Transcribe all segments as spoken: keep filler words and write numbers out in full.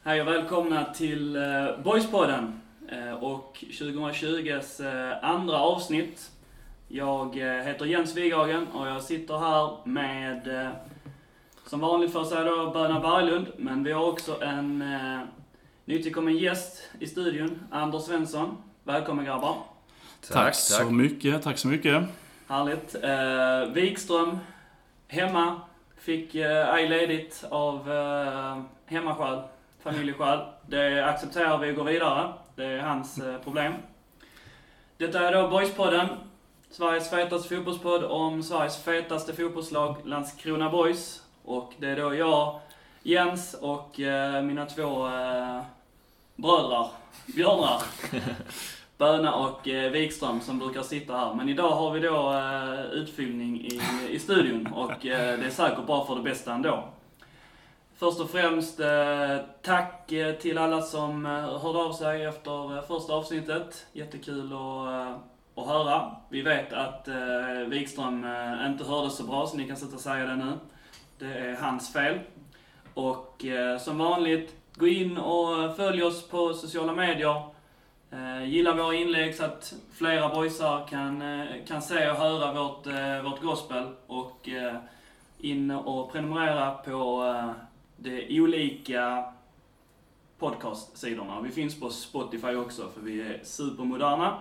Hej och välkomna till uh, Boyspodden uh, och tjugohundratjugo:s uh, andra avsnitt. Jag uh, heter Jens Wighagen och jag sitter här med, uh, som vanligt för sig då, Böna Berglund. Men vi har också en uh, nytillkommen gäst i studion, Anders Svensson. Välkommen grabbar. Tack, tack så mycket, tack så mycket. Härligt. Uh, Wikström, hemma, fick uh, ej ledigt av uh, hemmaskäl. Familjeskäl. Det accepterar vi och går vidare. Det är hans eh, problem. Detta är då Boyspodden. Sveriges fetaste fotbollspodd om Sveriges fetaste fotbollslag, Landskrona Boys. Och det är då jag, Jens och eh, mina två eh, brödrar, björnar. Böna och eh, Wikström som brukar sitta här. Men idag har vi då eh, utfyllning i, i studion. Och eh, det är säkert bra för det bästa ändå. Först och främst eh, tack eh, till alla som eh, hörde av sig efter eh, första avsnittet. Jättekul att, eh, att höra. Vi vet att eh, Wikström eh, inte hörde så bra, så ni kan sätta och säga det nu. Det är hans fel. Och eh, som vanligt, gå in och följ oss på sociala medier. Eh, gilla våra inlägg så att flera boysar kan, eh, kan se och höra vårt, eh, vårt gospel. Och eh, in och prenumerera på eh, de olika podcastsidorna. Vi finns på Spotify också för vi är supermoderna.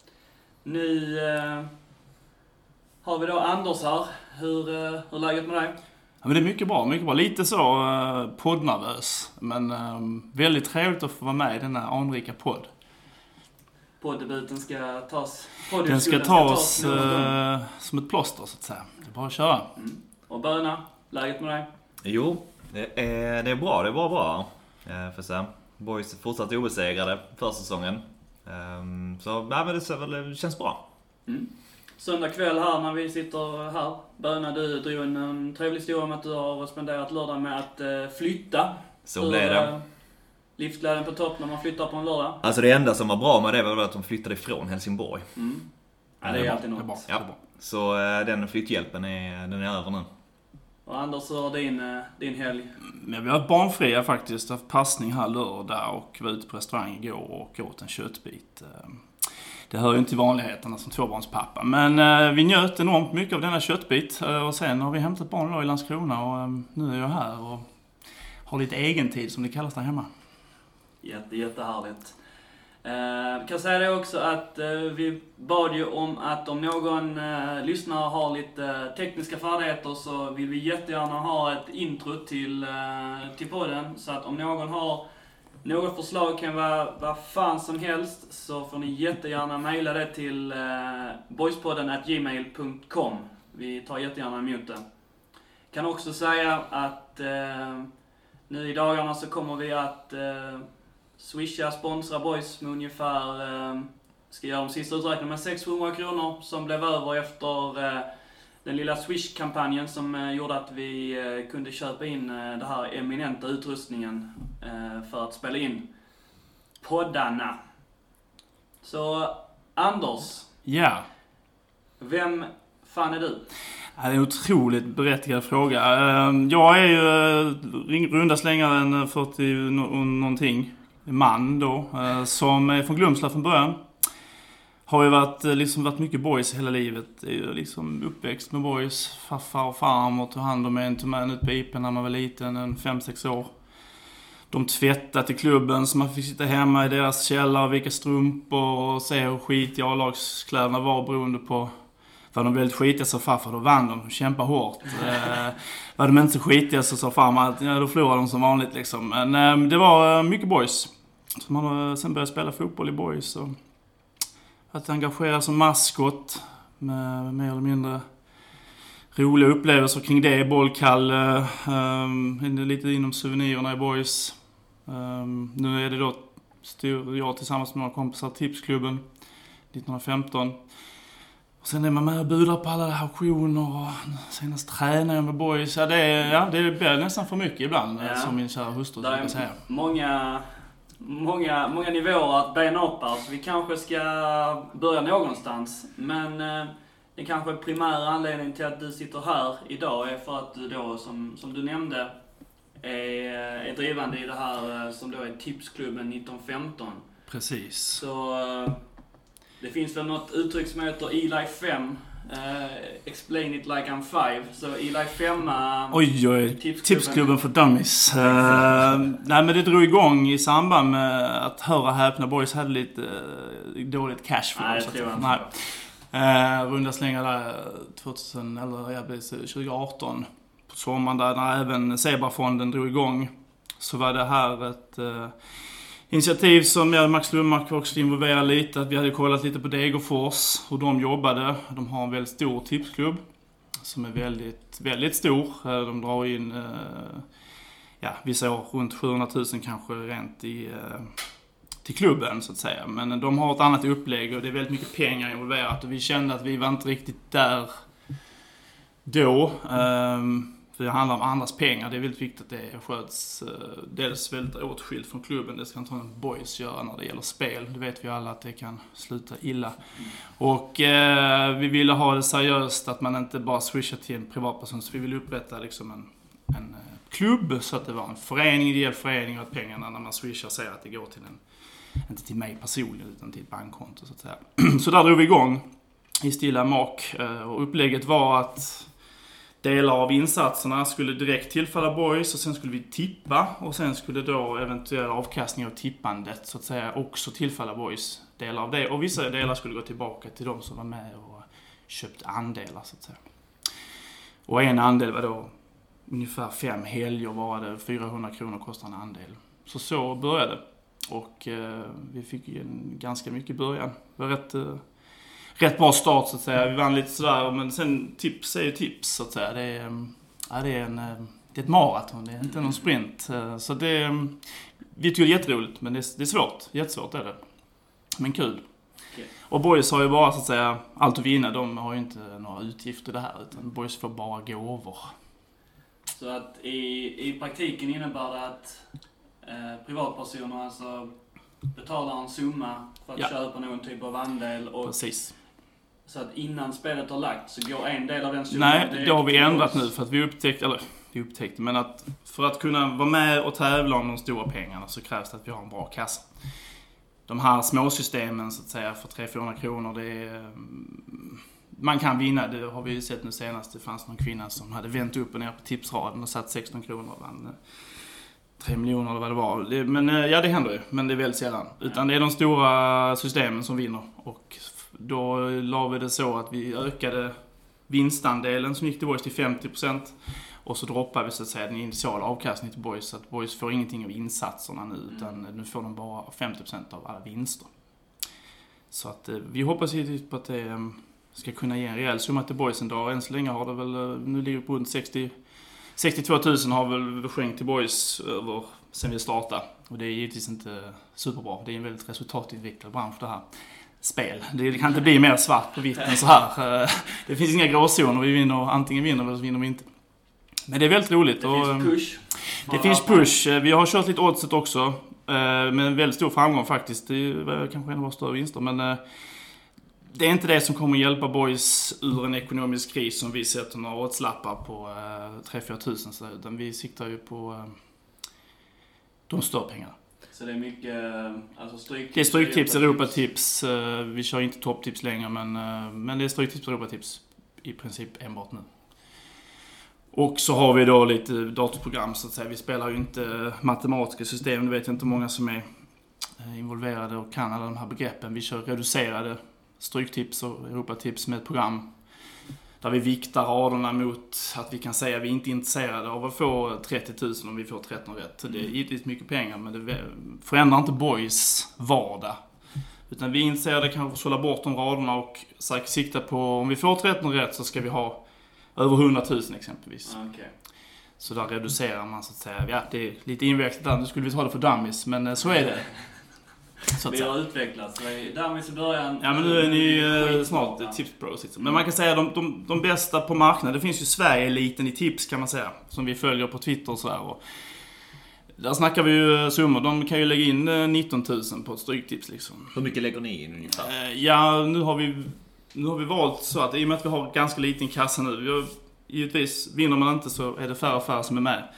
Nu eh, har vi då Anders här. Hur, eh, hur är läget med dig? Ja, men det är mycket bra, mycket bra. Lite så eh, poddnervös. Men eh, väldigt trevligt att få vara med i denna anrika podd. Poddebuten ska tas. Den ska tas eh, som ett plåster så att säga. Det är bara att köra. Mm. Och Böna, läget med dig? Jo, det är, det är bra, det är bara bra. Eh, för så Boys är fortsatt obesegrade för säsongen. Um, så ja, men det, så, det känns bra. Mm. Söndag kväll här när vi sitter här. Böna, du drog en, en trevlig historia om att du har spenderat lördag med att eh, flytta. Så Hur, blev det. Eh, livsglädjen på topp när man flyttar på en lördag. Alltså det enda som var bra med det var att de flyttade ifrån Helsingborg. Mm. Ja, det är alltid något. Bra. Ja. Så eh, den flytthjälpen är, den är över nu. Och Anders, hur din, din helg? Men vi har varit barnfria faktiskt. Haft passning här lördag och var ute på restaurang igår och åt en köttbit. Det hör ju inte till vanligheterna som tvåbarnspappa. Men vi njöt enormt mycket av denna köttbit. Och sen har vi hämtat barn då i Landskrona och nu är jag här och har lite egen tid som det kallas där hemma. Jätte, jättehärligt. Eh, kan säga det också att eh, vi bad ju om att om någon eh, lyssnare har lite eh, tekniska färdigheter så vill vi jättegärna ha ett intro till, eh, till podden. Så att om någon har något förslag, kan vara vad fan som helst, så får ni jättegärna mejla det till eh, boyspodden at gmail dot com. Vi tar jättegärna emot det. Kan också säga att eh, nu i dagarna så kommer vi att eh, Swisha sponsra Boys med ungefär, eh, ska göra de sista uträkningarna med sexhundra kronor som blev över efter eh, den lilla Swish-kampanjen som eh, gjorde att vi eh, kunde köpa in eh, det här eminenta utrustningen eh, för att spela in poddarna. Så Anders, ja. Vem fan är du? Det är en otroligt berättigad fråga. Jag är ju runda slängaren fyrtio någonting. Man då, som är från Glömsla från början. Har ju varit, liksom varit mycket boys hela livet. Är ju liksom uppväxt med boys. Farfar och farmor tog hand om en, tog med en ut på Ipen när man var liten, en fem sex år. De tvättade till klubben så man fick sitta hemma i deras källare och vika strumpor och se hur skitiga A-lagskläderna var beroende på. Var de väldigt skitiga så farfar, då vann de, de kämpade hårt. eh, var de inte så skitiga så sa farmar att ja, då förlorade de som vanligt liksom. Men eh, det var mycket boys. Så man har sen börjat spela fotboll i boys och att engagera som maskot med mer eller mindre roliga upplevelser kring det. Bollkall, eh, lite inom souvenirerna i boys. Eh, nu är det då styr jag tillsammans med några kompisar Tipsklubben nittonhundrafemton. Och sen är man med och budar på alla auktioner och senast tränar jag med boys. Ja, det, är, ja, det blir nästan för mycket ibland, ja. Som min kära hustru brukar säga. Många, många, många nivåer att bena upp här, så vi kanske ska börja någonstans. Men eh, den kanske primära anledningen till att du sitter här idag är för att du då, som, som du nämnde, är, är drivande i det här som då är Tipsklubben nitton femton. Precis. Så det finns väl något uttryck som heter Eli fem. Uh, explain it like I'm five. Så Eli fem... Uh, oj, oj. Tipsklubben, tipsklubben för dummies. Uh, nej, men det drog igång i samband med att Höra häpna Boys hade lite uh, dåligt cash för nej, dem. Det tror jag nej. Uh, runda slängar där tvåtusen, eller jag blev tjugo arton på sommaren där när även Zebrafonden drog igång, så var det här ett uh, initiativ som jag och Max Lundmark också involverade lite. Att vi hade kollat lite på Degerfors, hur de jobbade. De har en väldigt stor tipsklubb som är väldigt, väldigt stor. De drar in uh, ja, vissa år runt sjuhundratusen kanske rent i uh, till klubben så att säga. Men de har ett annat upplägg och det är väldigt mycket pengar involverat. Och vi kände att vi var inte riktigt där då. Um, för det handlar om andras pengar. Det är väldigt viktigt att det sköts uh, dels väldigt åtskilt från klubben. Det ska inte ha en boys göra när det gäller spel. Det vet vi alla att det kan sluta illa. Mm. Och uh, vi ville ha det seriöst, att man inte bara swishar till en privatperson. Så vi ville upprätta liksom en, en uh, klubb så att det var en förening, ideell förening, och att pengarna när man swishar säger att det går till en, inte till mig personligen utan till ett bankkonto så att säga. Så där drog vi igång i stilla mak, och upplägget var att delar av insatserna skulle direkt tillfalla boys och sen skulle vi tippa, och sen skulle då eventuell avkastning av tippandet så att säga också tillfalla boys, delar av det, och vissa delar skulle gå tillbaka till de som var med och köpt andelar så att säga. Och en andel var då ungefär fem helger, var det fyrahundra kronor kostar en andel. Så så började. Och eh, vi fick ju en ganska mycket början. Det var rätt, eh, rätt bra start så att säga. Vi vann lite sådär, men sen tips är ju tips så att säga. Det är, ja, det är, en, det är ett maraton, det är inte någon sprint. Så det, vi tycker det är jätteroligt, men det är, det är svårt. Jättesvårt är det. Men kul. Okay. Och boys har ju bara så att säga allt att vinna. De har ju inte några utgifter i det här, utan boys får bara gåvor. Så att i, i praktiken innebär det att Eh, privatpersoner alltså betalar en summa för att ja. köpa någon typ av andel, och precis. Så att innan spelet har lagt så går en del av den summan. Nej, det har vi ändrat nu för att vi upptäckte, eller vi upptäckte, men att för att kunna vara med och tävla om de stora pengarna så krävs det att vi har en bra kassa. De här småsystemen så att säga för tre till fyrahundra kronor, det är, man kan vinna, det har vi ju sett nu senast. Det fanns någon kvinna som hade vänt upp och ner på tipsraden och satt sexton kronor och vann tre miljoner eller vad det var. Det, men ja, det händer ju. Men det är väldigt sällan. Utan det är de stora systemen som vinner. Och då la vi det så att vi ökade vinstandelen som gick till boys till femtio procent. Och så droppade vi så att säga den initiala avkastningen till boys. Så att boys får ingenting av insatserna nu. Utan nu får de bara femtio procent av alla vinster. Så att vi hoppas ju på att det ska kunna ge en rejäl summa till boys en dag. Än så länge har det väl, nu ligger det på runt sextio sextiotvå tusen har väl skänkt till boys över sen vi startade. Och det är givetvis inte superbra. Det är en väldigt resultatinriktad bransch det här. Spel. Det kan inte bli mer svart på vitt än så här. Det finns inga gråzoner. Vi vinner, antingen vinner eller så vinner vi inte. Men det är väldigt roligt. Det och, finns push. Det finns push. Vi har kört lite oddset också. Med en väldigt stor framgång faktiskt. Det var kanske en av våra större vinster. Men det är inte det som kommer att hjälpa boys ur en ekonomisk kris som vi sätter några oddslappar på tre till fyra tusen. Så, utan vi siktar ju på uh, de större pengarna. Så det är mycket alltså stryktips? Det är stryktips, Europatips. Uh, vi kör inte topptips längre, men, uh, men det är stryktips och Europatips i princip enbart nu. Och så har vi då lite datorprogram så att säga. Vi spelar ju inte matematiska system. Det vet jag inte hur många som är involverade och kan alla de här begreppen. Vi kör reducerade stryktips och Europatips med ett program där vi viktar raderna mot att vi kan säga att vi inte är intresserade av att få trettio tusen om vi får tretton rätt. Det är givetvis mycket pengar, men det förändrar inte boys vardag. Utan vi är intresserade kanske att sålla bort de raderna och sikta på om vi får tretton rätt så ska vi ha över hundra tusen exempelvis. Okay. Så där reducerar man så att säga. Ja, det är lite invecklat där. Nu skulle vi ta det för dummies, men så är det. Så vi har utvecklats. Dummies i början. Ja, men nu är ni ju snart tips pros. Men man kan säga de, de, de bästa på marknaden. Det finns ju Sverige-eliten i tips kan man säga. Som vi följer på Twitter och sådär. Och där snackar vi ju summor. De kan ju lägga in nitton tusen på ett stryktips liksom. Hur mycket lägger ni in ungefär? Ja, nu har vi... Nu har vi valt så att i och med att vi har ganska liten kassa nu, vi har, givetvis vinner man inte så är det färre och färre som är med.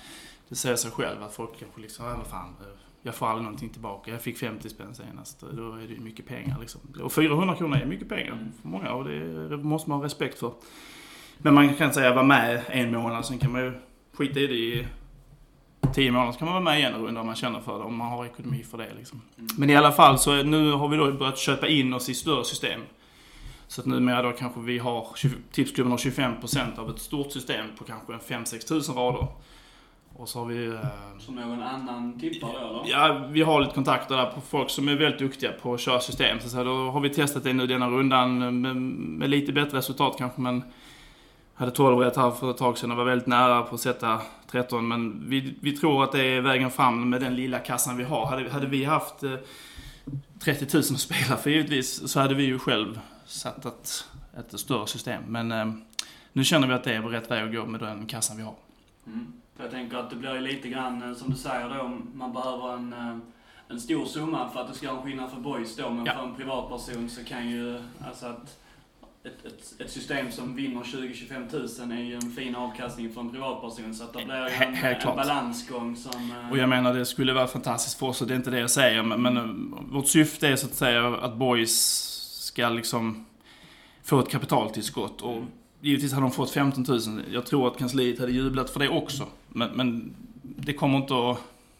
det säger sig själv att folk kanske liksom, ja, vad fan, jag får aldrig någonting tillbaka. Jag fick femtio spänn senast. Då är det ju mycket pengar liksom. Och fyrahundra kronor är mycket pengar för många och det, det måste man ha respekt för. Men man kan säga vara med en månad, sen kan man ju skita i det i tio månader, så kan man vara med igen och undra om man känner för det, om man har ekonomi för det liksom. Mm. Men i alla fall så nu har vi då börjat köpa in oss i större system. Så att numera då kanske vi har, Tipsklubben har tjugofem procent av ett stort system på kanske fem sex tusen rader. Och så har vi... Eh, som någon annan tippar då, eller? Ja, vi har lite kontakter där på folk som är väldigt duktiga på att köra system. Så, så då har vi testat det nu denna rundan med, med lite bättre resultat kanske, men hade tolv rätt här för ett tag sedan och var väldigt nära på att sätta tretton. Men vi, vi tror att det är vägen fram med den lilla kassan vi har. Hade, hade vi haft eh, trettio tusen att spela för givetvis, så hade vi ju själv satt ett, ett större system. Men eh, nu känner vi att det är rätt väg att gå med den kassan vi har. Mm. Jag tänker att det blir lite grann, som du säger då, om man behöver en, en stor summa för att det ska ha en skillnad för boys då, men ja. För en privatperson så kan ju, alltså att ett, ett, ett system som vinner tjugo till tjugofem tusen är ju en fin avkastning för en privatperson, så att det blir ju en, en balansgång som... Och jag menar, det skulle vara fantastiskt för oss, och det är inte det jag säger, men, men vårt syfte är så att säga att boys ska liksom få ett kapitaltillskott, och givetvis hade de fått femton tusen. Jag tror att kansliet hade jublat för det också. Men, men det kommer inte att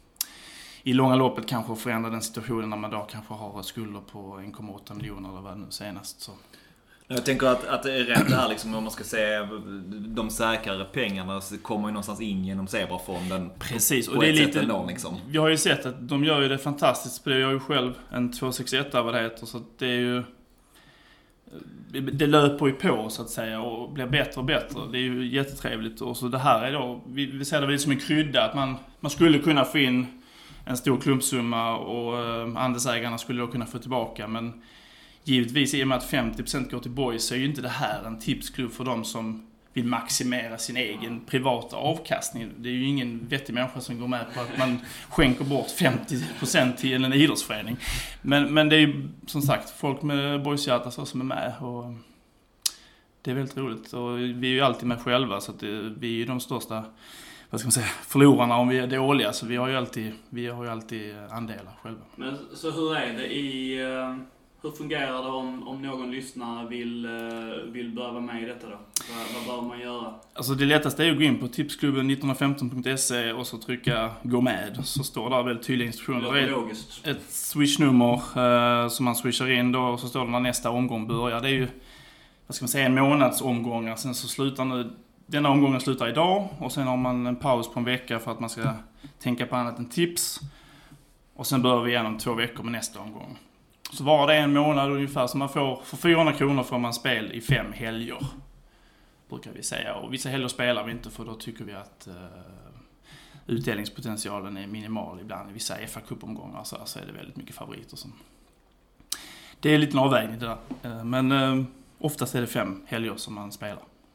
i långa loppet kanske förändra den situationen när man då kanske har skulder på en komma åtta miljoner eller vad det nu senast. Så. Jag tänker att, att det är rätt det här liksom, om man ska säga de säkrare pengarna så kommer ju någonstans in genom Zebrafonden. Precis, och det är lite ändå, liksom. Vi har ju sett att de gör ju det fantastiskt. Jag har ju själv en två sex ett vad det heter, så det är ju det löper ju på så att säga och blir bättre och bättre. Det är ju jättetrevligt. Och så det här är då, vi, vi ser det väl som en krydda att man, man skulle kunna få in en stor klumpsumma och eh, andelsägarna skulle då kunna få tillbaka. Men givetvis i och med att femtio procent går till boys så är ju inte det här en tipsklubb för dem som vill maximera sin egen privata avkastning. Det är ju ingen vettig människa som går med på att man skänker bort femtio procent till en idrottsförening. Men, men det är ju som sagt folk med boyshjärta så som är med, och det är väldigt roligt. Och vi är ju alltid med själva, så att det, vi är ju de största, vad ska man säga, förlorarna om vi är dåliga. Så vi har ju alltid, vi har ju alltid andelar själva. Men så hur är det i... Hur fungerar det om, om någon lyssnare vill, vill börja vara med i detta då? Vad, vad bör man göra? Alltså det lättaste är att gå in på tipsklubben nitton femton punkt se och så trycka gå med. Så står där väldigt tydliga instruktioner. Det är ett, ett swishnummer eh, som man swishar in då, och så står det när nästa omgång börjar. Det är ju, vad ska man säga, en månadsomgång. Sen så slutar nu, denna omgången slutar idag, och sen har man en paus på en vecka för att man ska tänka på annat än tips. Och sen börjar vi igenom två veckor med nästa omgång. Så var det en månad ungefär, så man får, för fyrahundra kronor får man spel i fem helger, brukar vi säga. Och vissa helger spelar vi inte, för då tycker vi att uh, utdelningspotentialen är minimal ibland. I vissa F A-cupomgångar så, så är det väldigt mycket favoriter. Som... Det är lite en avvägning det där. Uh, men uh, oftast är det fem helger som man spelar.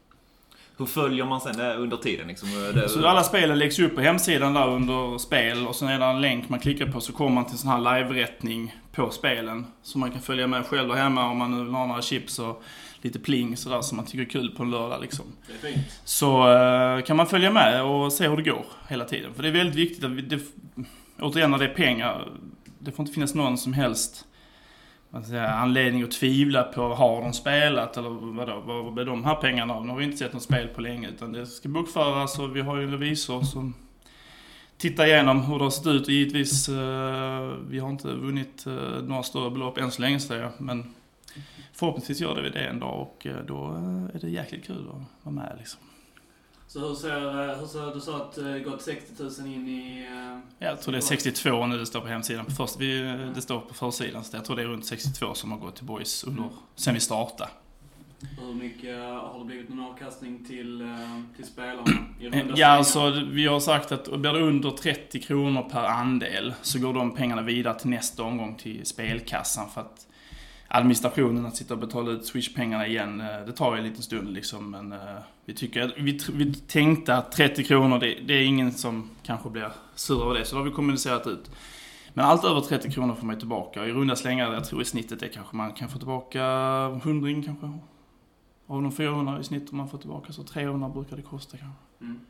Hur följer man sen det under tiden? Liksom? Det... Så alla spelen läggs upp på hemsidan där under spel, och sen är det en länk man klickar på, så kommer man till en sån här live-rättning på spelen. Så man kan följa med själv och hemma om man har några chips och lite pling sådär som man tycker är kul på en lördag. Liksom. Det är fint. Så uh, kan man följa med och se hur det går hela tiden. För det är väldigt viktigt att vi, det, återigen när det är pengar, det får inte finnas någon som helst säga, anledning att tvivla på har de spelat eller vadå, vad är de här pengarna av? Nu har vi inte sett något spel på länge, utan det ska bokföras, och vi har ju en revisor som tittar igenom hur det har sett ut, och givetvis uh, vi har inte vunnit uh, några större belopp än så länge, så jag, men förhoppningsvis gör det vi det en dag, och uh, då uh, är det jäkligt kul att vara med liksom. Så hur ser, hur ser du sa att det gått sextio tusen in i... Uh, jag tror det är sextiotvå nu det står på hemsidan. Först vi, det står på försidan, så jag tror det är runt sextiotvå som har gått till boys under, mm. sen vi startade. Hur mycket har det blivit någon avkastning till, uh, till spelarna? Ja, alltså vi har sagt att blir det under trettio kronor per andel så går de pengarna vidare till nästa omgång till spelkassan, för att administrationen att sitta och betala ut Swish-pengarna igen, det tar ju en liten stund liksom, men uh, vi tycker vi, vi tänkte att trettio kronor, det, det är ingen som kanske blir sur över det, så då har vi kommunicerat ut. Men allt över trettio kronor får man ju tillbaka, och i runda slängar, jag tror i snittet är kanske man kan få tillbaka hundring kanske, av de fyrahundra i snitt, om man får tillbaka, så trehundra brukar det kosta kanske. Mm.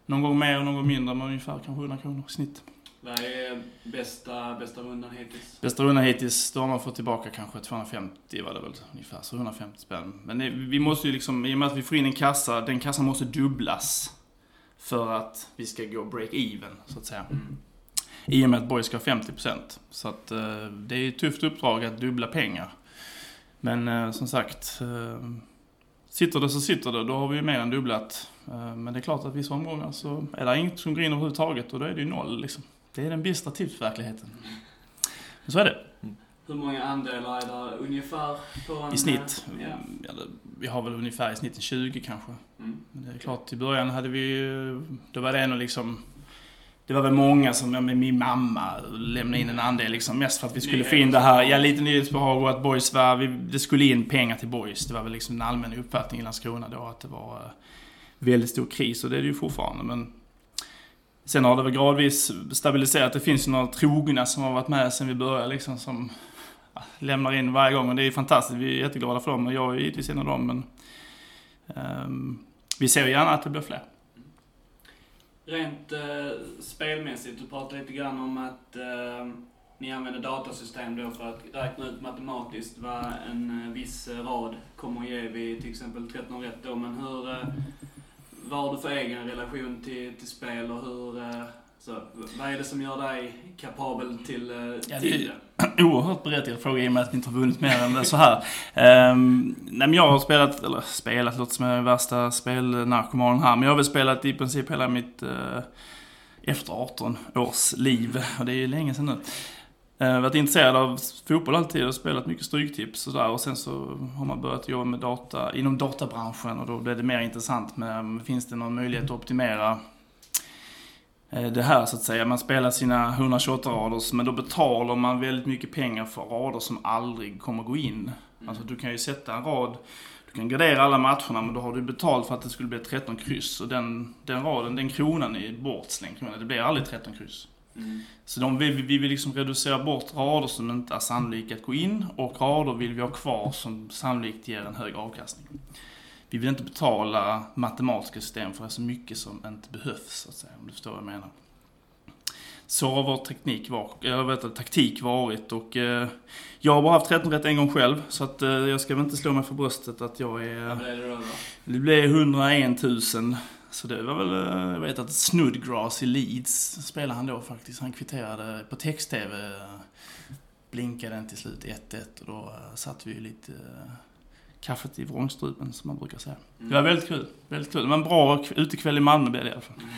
någon gång mer och någon gång mindre, men ungefär kanske hundra kronor i snitt. Vad är bästa, bästa rundan hittills? Bästa rundan hittills, då har man fått tillbaka kanske tvåhundrafemtio var det väl ungefär, så hundrafemtio spänn. Men det, vi måste ju liksom, i och med att vi får in en kassa, den kassan måste dubblas för att vi ska gå break-even, så att säga. Mm. I och med att Boys ska ha femtio procent. Så att eh, det är ett tufft uppdrag att dubbla pengar. Men eh, som sagt, eh, sitter det så sitter det, då har vi ju mer än dubblat. Eh, men det är klart att vissa omgångar så är det inget som går in överhuvudtaget och då är det ju noll liksom. Det är den bistra tipsverkligheten. Men så är det. Hur många andelar är det ungefär på en... I snitt. Ja. Eller, vi har väl ungefär i snitt tjugo kanske. Mm. Men det är klart, i början hade vi, då var det ändå liksom, det var väl många som, med min mamma, lämnade in en andel liksom, mest för att vi skulle få in det här, ja, lite nyhetsbehag och att Boys var, vi, det skulle in pengar till Boys. Det var väl liksom en allmän uppfattning i Landskrona då att det var uh, väldigt stor kris, och det är det ju fortfarande, men sen har det väl gradvis stabiliserat. Det finns ju några trogna som har varit med sen vi började liksom, som ja, lämnar in varje gång, och det är fantastiskt, vi är jätteglada för dem, och jag är givetvis en av dem, men um, vi ser gärna att det blir fler. Rent eh, spelmässigt, du pratade lite grann om att eh, ni använder datasystem då för att räkna ut matematiskt vad en eh, viss rad kommer att ge vid till exempel tretton rätt då, men hur, eh, vad har du för egen relation till, till spel och hur, eh, så, vad är det som gör dig kapabel till, eh, Ja, till det? det? Oerhört berättigad fråga i och med att vi inte har vunnit mer än det så här. Um, nej, men jag har spelat, eller spelat, låt som jag är värsta spelnarkomanen här, men jag har väl spelat i princip hela mitt uh, efter arton års liv, och det är ju länge sedan nu. Jag uh, varit intresserad av fotboll alltid och spelat mycket stryktips och där, och sen så har man börjat jobba med data inom databranschen, och då blir det mer intressant med, finns det någon möjlighet att optimera det här så att säga. Man spelar sina hundratjugoåtta rader, men då betalar man väldigt mycket pengar för rader som aldrig kommer gå in. Mm. Alltså du kan ju sätta en rad, du kan gradera alla matcherna, men då har du betalt för att det skulle bli tretton kryss, och den, den raden, den kronan är bortslängd, det blir aldrig tretton kryss. Mm. Så de, vi, vi vill liksom reducera bort rader som inte är sannolika att gå in, och rader vill vi ha kvar som sannolikt ger en hög avkastning. Vi vill inte betala matematiska system för det är så mycket som inte behövs, så att säga, om du förstår vad jag menar. Så har vår teknik var, jag vet att taktik varit, och eh, jag har bara haft tretton rätt en gång själv, så att eh, jag ska väl inte slå mig för bröstet att jag är... Vad blev det då då? Det blev hundraen tusen, så det var väl, eh, jag vet att Snodgrass i Leeds spelade han då faktiskt, han kvitterade på text-tv, blinkade den till slut ett ett, och då eh, satt vi ju lite... Eh, kaffet i vrångstrupen, som man brukar säga. Mm. Det var väldigt kul. Väldigt kul. Det var en bra utekväll i Malmö blev det i alla fall. Mm.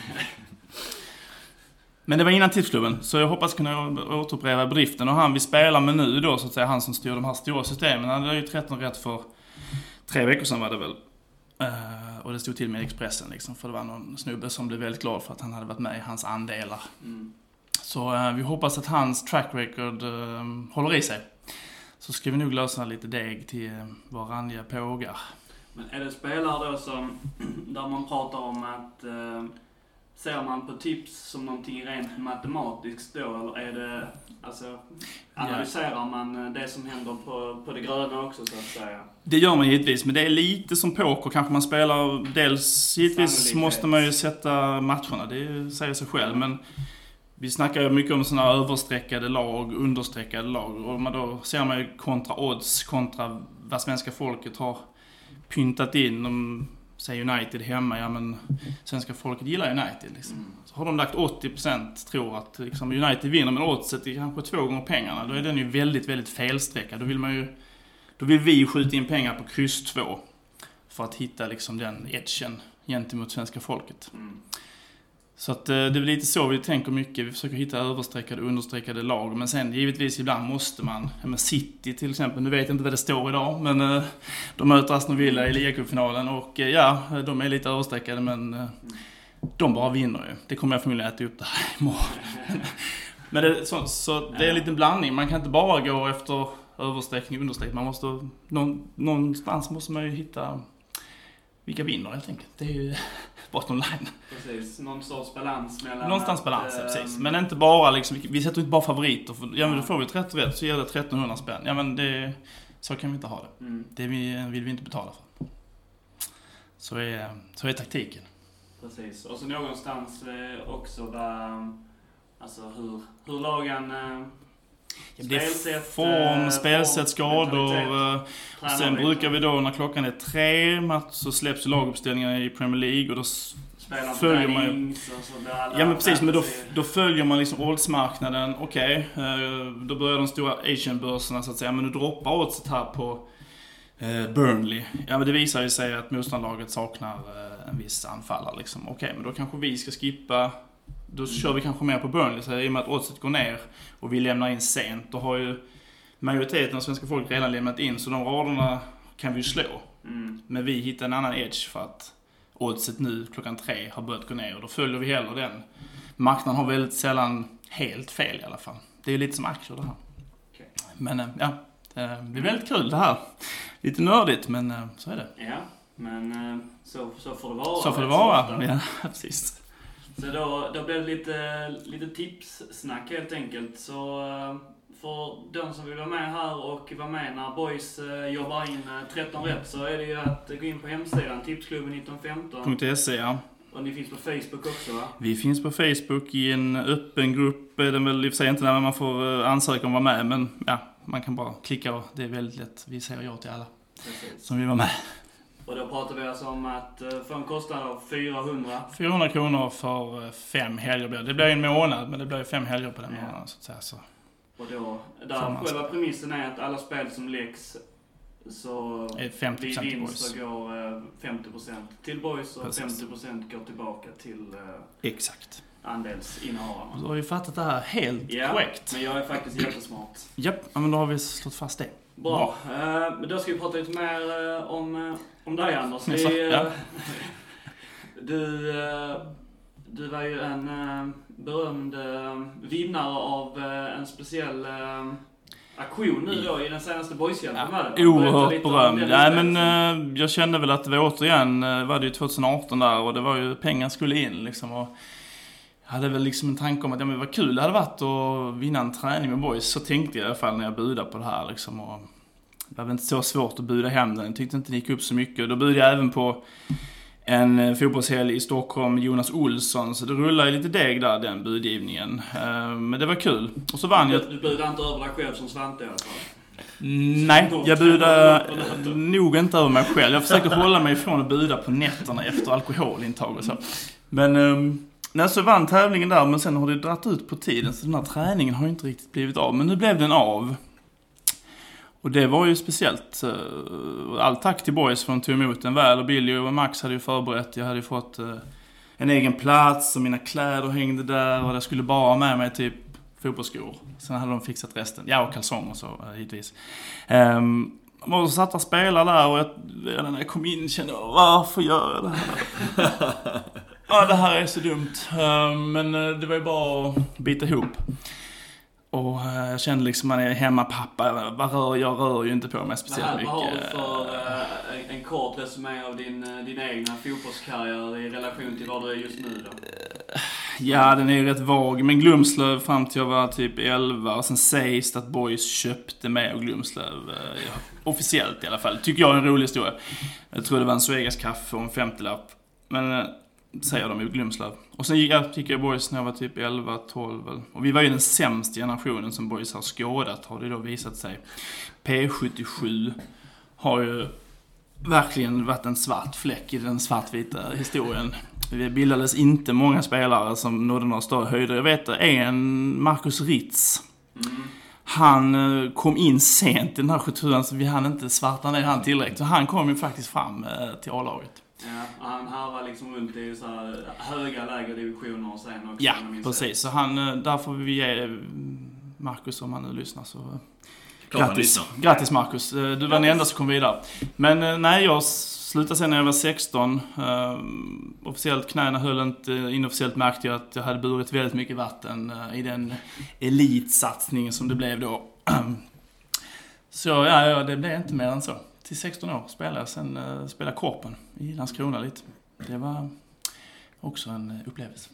Men det var innan tipsklubben, så jag hoppas kunna återupprepa driften. Och han vi spelar med nu då, så att säga, han som styr de här stora systemen, han hade ju tretton rätt för tre veckor sedan var det väl. Uh, och det stod till med Expressen liksom, för det var någon snubbe som blev väldigt glad för att han hade varit med i hans andelar. Mm. Så uh, vi hoppas att hans track record uh, håller i sig. Så ska vi nog lösa lite deg till våra randiga pågar. Men är det spelare då som, där man pratar om att eh, ser man på tips som någonting rent matematiskt då, eller är det, alltså, analyserar ja. man det som händer på, på det gröna också, så att säga? Det gör man givetvis, men det är lite som poker, kanske man spelar, dels givetvis måste man ju sätta matcherna, det säger sig själv, men vi snackar ju mycket om sådana översträckade lag, understräckade lag, och man då ser man ju kontra odds, kontra vad svenska folket har pyntat in. De säger United hemma, ja men svenska folket gillar United liksom. Mm. Så har de lagt åttio procent tror att liksom, United vinner, men oddset är kanske två gånger pengarna. Då är den ju väldigt, väldigt felsträckad. Då vill man ju, då vill vi skjuta in pengar på kryss två för att hitta liksom den edgen gentemot svenska folket. Mm. Så att det är väl lite så vi tänker mycket. Vi försöker hitta översträckade och understräckade lag. Men sen givetvis ibland måste man, ja, City till exempel, nu vet jag inte vad det står idag, men uh, de möter Aston Villa i Liga-cupfinalen, och uh, ja, de är lite översträckade, men uh, de bara vinner ju. Det kommer jag förmodligen äta upp det här imorgon. Men det, så, så det är en liten blandning. Man kan inte bara gå efter översträckning och understräckning. Man måste, någon, någonstans måste man ju hitta vilka vinner helt enkelt. Det är ju bottom line. Precis, någon sorts balans mellan... Någonstans balans, att, precis. Men inte bara liksom, vi sätter inte bara favoriter. För, ja men då får vi tretton rätt så ger det trettonhundra spänn. Ja men det, så kan vi inte ha det. Mm. Det vill vi inte betala för. Så är, så är taktiken. Precis. Och så någonstans eh, också var, alltså hur, hur lagen... Eh, det är form, spelsätt, skador. Sen brukar vi då, när klockan är tre match, så släpps laguppställningar i Premier League och då spelar följer man ju... Ja, men precis, men då, då följer man liksom oddsmarknaden. Okej, okay, då börjar de stora Asian-börserna så att säga, men nu droppar oddset här på eh, Burnley. Ja, men det visar ju sig att motståndarlaget saknar eh, en viss anfallare liksom. Okej, okay, men då kanske vi ska skippa. Då mm. kör vi kanske mer på Burnley, så i och med att oddset går ner och vi lämnar in sent. Då har ju majoriteten av svenska folk redan lämnat in, så de raderna kan vi ju slå. Mm. Men vi hittar en annan edge för att oddset nu klockan tre har börjat gå ner, och då följer vi hellre den. Marknaden har väldigt sällan helt fel i alla fall. Det är ju lite som aktier det här. Okay. Men ja, det är väldigt kul det här. Lite nördigt, men så är det. Ja, men så, så får det vara. Så får det vara, ja, precis. Så då, då blir det lite, lite tipssnack helt enkelt. Så för de som vill vara med här och vara med när Boys jobbar in tretton rätt, så är det ju att gå in på hemsidan tipsklubben nitton femton punkt se, ja. Och ni finns på Facebook också, va? Vi finns på Facebook i en öppen grupp. Det är väl i och för sig inte när man får ansöka om att vara med, men ja, man kan bara klicka och det är väldigt lätt. Vi säger ja till alla. Precis. Som vill vara med. Och då pratar vi alltså om att få en kostnad av fyrahundra. fyrahundra kronor för fem helger. Det blir en månad, men det blir fem helger på den ja. månaden. Så att säga, så. Och då, där själva premissen är att alla spel som läggs, så femtio procent vid vinst så går femtio procent till Boys och Precis. femtio procent går tillbaka till Exakt. andelsinnehavarna. Så har vi fattat det här helt ja, korrekt. Men jag är faktiskt jättesmart. Japp, men då har vi slått fast det. Bra. Bra. Uh, då ska vi prata lite mer uh, om, om dig, Anders. Vi, uh, ja. du, uh, du var ju en uh, berömd uh, vinnare av uh, en speciell uh, aktion nu då i den senaste Boys-hjälpen. Ja, oerhört berömd. Nej, men uh, jag kände väl att det var återigen, uh, var det ju tjugoarton där, och det var ju pengar skulle in liksom, och jag hade väl liksom en tanke om att ja, men vad kul det hade varit att vinna en träning med Boys. Så tänkte jag i alla fall när jag budade på det här liksom, och det var väl inte så svårt att buda hem den. Jag tyckte inte det gick upp så mycket. Då budade jag även på en fotbollshelg i Stockholm, Jonas Olsson. Så det rullade lite deg där, den budgivningen. Men det var kul. Och så vann jag... Du budade inte över dig själv som Svante i alla fall? Nej, jag budade nog inte över mig själv. Jag försökte hålla mig ifrån att buda på nätterna efter alkoholintag och så. Men... Nej, så vann tävlingen där, men sen har det dratt ut på tiden, så den här träningen har inte riktigt blivit av. Men nu blev den av. Och det var ju speciellt. All tack till Boys för att de tog emot den väl. Och Billy och Max hade ju förberett. Jag hade ju fått en egen plats och mina kläder hängde där. Och jag skulle bara ha med mig typ fotbollsskor. Sen hade de fixat resten. Ja, och kalsonger så, givetvis. Um, och så satt och spelade där, och jag, när jag kom in kände jag, varför gör jag det här? Ja, det här är så dumt. Men det var ju bara att bita ihop. Och jag kände liksom att man är hemmapappa. Vad rör jag? rör ju inte på mig speciellt mycket. Vad har du för en kort resumé av din, din egna fotbollskarriär i relation till vad du är just nu då? Ja, den är ju rätt vag. Men Glumslöv fram till jag var typ elva. Och sen sägs det att Boys köpte mig och Glumslöv. Officiellt i alla fall. Tycker jag är en rolig historia. Jag tror det var en Suegas kaffe och en femtiolapp. Men... säger de i Glumslöv. Och sen gick jag, gick jag Boys när jag var typ elva tolv. Och vi var ju den sämsta generationen som Boys har skådat, har det då visat sig. P sjuttiosju har ju verkligen varit en svart fläck i den svartvita historien. Det bildades inte många spelare som nådde några större höjder. Jag vet en Marcus Ritz. Mm. Han kom in sent i den här sjuttiosjuan, så vi hann inte svarta ner han tillräckligt. Så han kom ju faktiskt fram till A-laget. Ja, han harvar liksom runt i så här höga lägre divisioner och sen också. Ja, precis. Så han, där får vi ge Marcus, om han nu lyssnar, så grattis. Grattis Marcus, du var den enda som kom vidare. Men nej, jag slutade sen när jag var sexton. Uh, officiellt knäna höll inte, inofficiellt märkte jag att jag hade burit väldigt mycket vatten uh, i den elitsatsningen som det blev då. Så ja, ja, det blev inte mer än så. Till sexton år spelade jag, sen uh, spelade Korpen i Landskrona lite. Det var också en uh, upplevelse.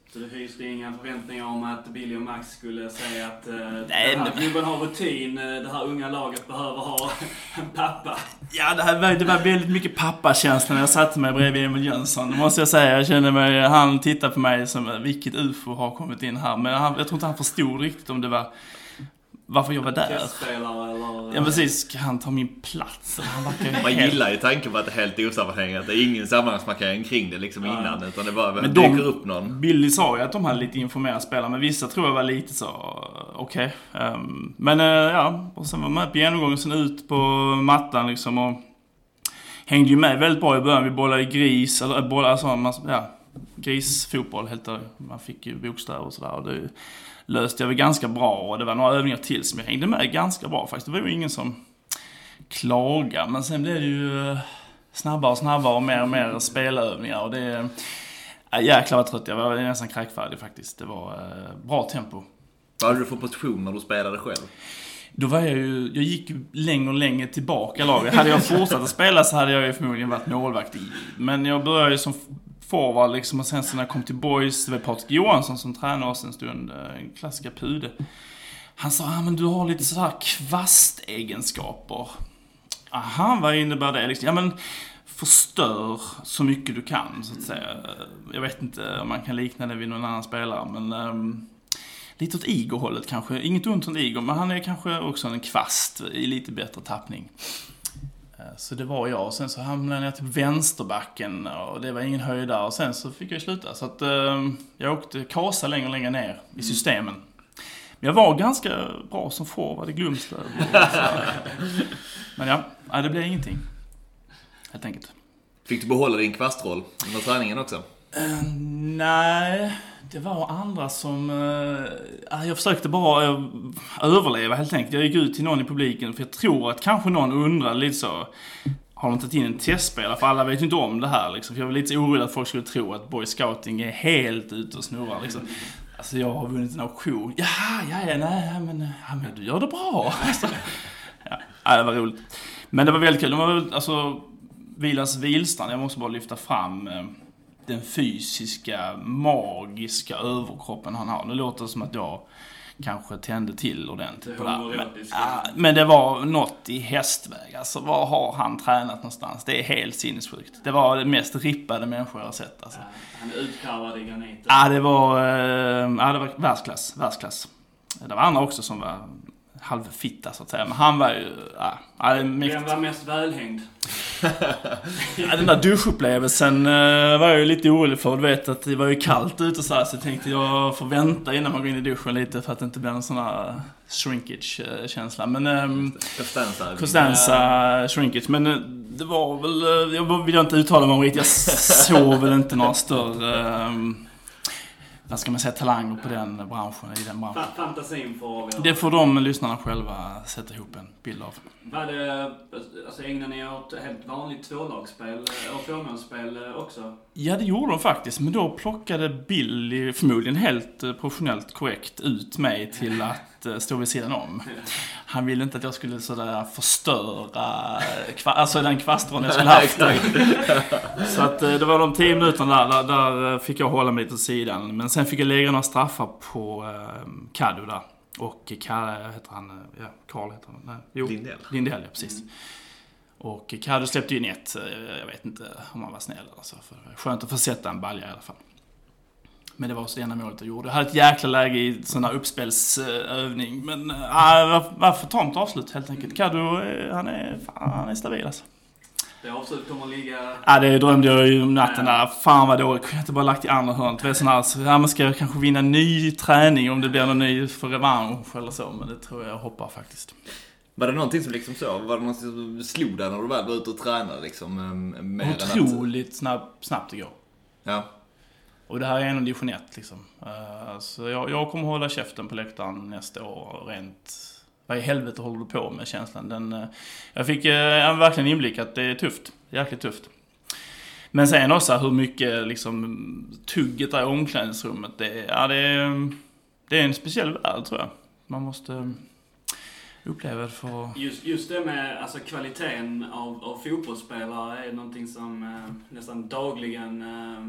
Så du hyste inga förväntningar om att Billy och Max skulle säga att uh, Nej, det här klubben har rutin, det här unga laget behöver ha en pappa? Ja, det, här, det var väldigt mycket pappakänsla när jag satte mig bredvid Emil Jönsson. Det måste jag säga. Jag kände mig, han tittade på mig som vilket U F O har kommit in här. Men han, jag tror inte han förstod riktigt om det var varför jag var där. Testspelare eller... Ja, precis. Ska han ta min plats? Han Man helt... gillar ju tanken på att det är helt osammanhängat. Det är ingen sammanhangsmarkering kring det liksom ja. innan. Utan det bara men dyker de, upp någon. Billy sa ju att de hade lite informerade spelare. Men vissa tror jag var lite så... Okej. Okay. Um, men uh, ja, och sen var man på genomgången sen ut på mattan liksom. Och hängde ju med väldigt bra i början. Vi bollade gris. Eller bollade alltså, man, ja, grisfotboll helt där. Man fick ju bokstäver och sådär. Och det löste jag väl ganska bra. Och det var några övningar till som jag hängde med ganska bra faktiskt. Det var ju ingen som klagade. Men sen blev det ju snabbare och snabbare och mer och mer spelövningar. Och det... Ja, jäklar vad trött jag var. Nästan kräkfärdig faktiskt. Det var eh, bra tempo. Vad hade du för position när du spelade själv? Då var jag ju... Jag gick ju längre och längre tillbaka laget. Hade jag fortsatt att spela så hade jag ju förmodligen varit målvakt i. Men jag började ju som forward liksom. Och sen så när jag kom till Boys, det var Patrik Johansson som tränade oss en stund. En klassiska pude. Han sa, ah, men du har lite sådär kvastegenskaper. Aha, vad innebär det? Liksom, ja, men förstör så mycket du kan, så att säga. Jag vet inte om man kan likna det vid någon annan spelare, men um, lite åt Igor-hållet kanske. Inget ont om Igor, men han är kanske också en kvast i lite bättre tappning. Så det var jag, och sen så hamnade jag till vänsterbacken och det var ingen höjdare, och sen så fick jag sluta. Så att um, jag åkte kasa längre och längre ner i systemen. Men jag var ganska bra som forward i Glumslöv. Men ja, det blev ingenting. Helt enkelt. Fick du behålla din kvastroll under träningen också? Uh, nej, det var andra som... Uh, jag försökte bara uh, överleva helt enkelt. Jag gick ut till någon i publiken för jag tror att kanske någon undrar lite så... Har de tagit in en testspelare? För alla vet ju inte om det här. Liksom. För jag var lite orolig att folk skulle tro att Boy Scouting är helt ute och snurrar. Liksom. Alltså jag har vunnit en auktion. Ja, ja, ja, nej, men, ja, men du gör det bra. Alltså, ja, det var roligt. Men det var väldigt kul. Det var alltså Vilas Wilstrand. Jag måste bara lyfta fram eh, den fysiska, magiska överkroppen han har. Nu låter det som att jag kanske tände till ordentligt på det här. Men, ja, men det var något i hästväg. Alltså, var har han tränat någonstans? Det är helt sinnessjukt. Det var det mest rippade människor jag har sett. Alltså. Ja, han utkarvade i graniten. Ja, det var, ja, det var världsklass, världsklass. Det var andra också som var halvfitta så att säga. Men han var ju... Ja, ja, Vem var mest välhängd? Ja, den där duschupplevelsen uh, var jag ju lite orolig för. Du vet att det var ju kallt ute så här, så jag tänkte jag får vänta innan man går in i duschen lite för att det inte blir en sån här shrinkage-känsla. Men... Um, Costanza. Costanza shrinkage. Men uh, det var väl... Uh, jag vill inte uttala mig om riktigt. Jag såg väl inte några större... Um, vad ska man säga, talanger på den branschen, i den branschen. Fantasin får... Det får de lyssnarna själva sätta ihop en bild av. Var det, alltså ägnade ni åt helt vanligt tvålagsspel och tvåmålsspel också? Ja, det gjorde de faktiskt. Men då plockade Billy förmodligen helt professionellt korrekt ut mig till att stå vid sidan om. Han ville inte att jag skulle sådär förstöra alltså den kvastron jag skulle haft. Så att det var de tio minuterna där, där fick jag hålla mig lite åt sidan. Men sen fick jag lägga några straffar på eh, Kadu där. Och Karl heter han, ja, Karl heter han. Nej, jo, Lindell. Lindell, ja, precis. Mm. Och Kadu släppte ju ett, jag vet inte om han var snäll alltså, för skönt att få sätta en balja i alla fall. Men det var också det ena målet jag gjorde. Jag hade ett jäkla läge i sån här uppspelsövning, men äh, varför tamt avslut helt enkelt. Kadu, han är, fan, han är stabil alltså. Det avslut kommer att ligga... Ja, det drömde jag ju om natten där. Fan vad dåligt. Jag inte bara lagt i andra hörnet. Det är sån här, så, ja, man ska kanske vinna ny träning om det blir någon ny för revansch eller så. Men det tror jag hoppar faktiskt. Var det någonting som liksom så? Var det någonting som slog där när du väl var ute och tränade liksom? Mer otroligt att... snabb, snabbt det går. Ja. Och det här är en division ett liksom. Uh, så jag, jag kommer hålla käften på läktaren nästa år rent... Vad i helvete håller du på med känslan? Den, uh, jag fick uh, verkligen inblick att det är tufft. Jäkligt tufft. Men sen också hur mycket liksom, tugget är i omklädningsrummet. Det, ja, det, är, det är en speciell värld tror jag. Man måste uh, uppleva det för... Just, just det med alltså, kvaliteten av, av fotbollsspelare är någonting som uh, nästan dagligen... Uh,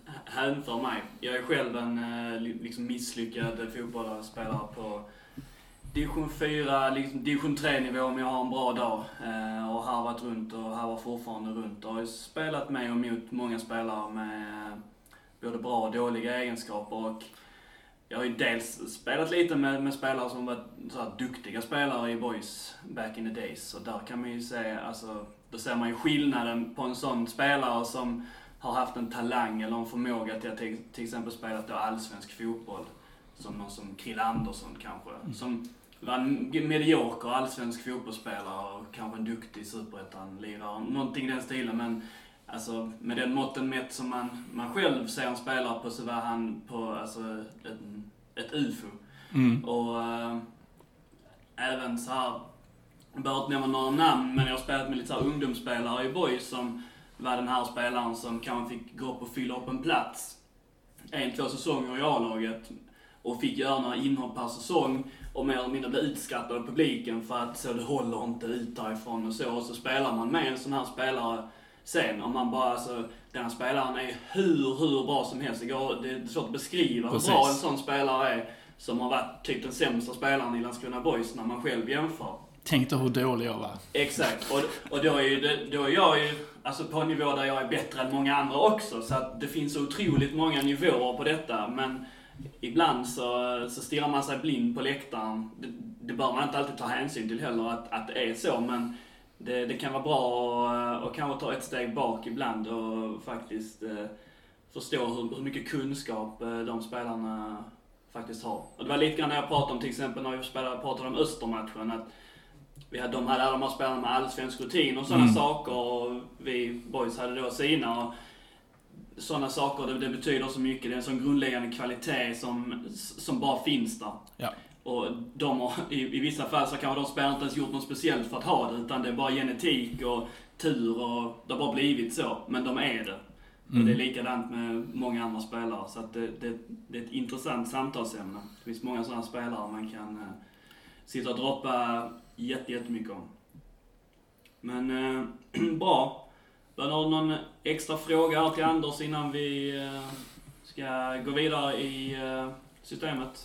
hänför mig. Jag är själv en liksom misslyckad fotbollsspelare på division fyra, liksom division tre-nivå om jag har en bra dag. Eh, och harvat runt och harvar fortfarande runt. Och har spelat med och mot många spelare med både bra och dåliga egenskaper. Och jag har ju dels spelat lite med, med spelare som var så här duktiga spelare i boys back in the days. Och där kan man ju se, alltså, då ser man ju skillnaden på en sån spelare som har haft en talang eller en förmåga till att till, till exempel spela då allsvensk fotboll. Som någon som Krill Andersson kanske. Mm. Som var en medioker allsvensk fotbollsspelare och kanske en duktig superettan-lirare. Någonting i den stilen, men alltså, med den måtten mätt som man, man själv ser en spelare på, så var han på alltså, ett, ett U F O. Mm. Och äh, även så här, jag behöver inte nämna några namn, men jag har spelat med lite så här ungdomsspelare i boys som var den här spelaren som kanske fick gå upp och fylla upp en plats en, två säsonger i A-laget och fick göra några inhopp per säsong och mer eller mindre bli utskrattad av publiken för att så det håller inte ut därifrån och så. Och så spelar man med en sån här spelare sen, om man bara, alltså, den här spelaren är hur, hur bra som helst. Det, går, det är svårt att beskriva hur bra en sån spelare är som har varit typ den sämsta spelaren i Landskrona Boys när man själv jämför. Tänk dig hur dålig jag var. Exakt, och, och då är ju, då är jag ju alltså på en nivå där jag är bättre än många andra också. Så att det finns så otroligt många nivåer på detta, men ibland så, så stirrar man sig blind på läktaren. Det, det bör man inte alltid ta hänsyn till heller att, att det är så, men det, det kan vara bra att och kanske ta ett steg bak ibland och faktiskt eh, förstå hur, hur mycket kunskap eh, de spelarna faktiskt har. Och det var lite grann när jag pratade om, till exempel när vi spelade, pratade om Östermatchen, att vi hade, de hade alla de här spelarna med allsvensk rutin och sådana mm. saker, och vi boys hade då sina. Och sådana saker, det, det betyder så mycket. Det är en sån grundläggande kvalitet som, som bara finns där. Ja. Och de har, i, i vissa fall så kanske de spelarna inte ens gjort något speciellt för att ha det, utan det är bara genetik och tur och det har bara blivit så. Men de är det. Mm. Och det är likadant med många andra spelare. Så att det, det, det är ett intressant samtalsämne. Det finns många sådana spelare man kan uh, sitta och droppa jätte, jättemycket om. Men uh, bra. Har du någon extra fråga här till Anders innan vi uh, ska gå vidare i uh, systemet?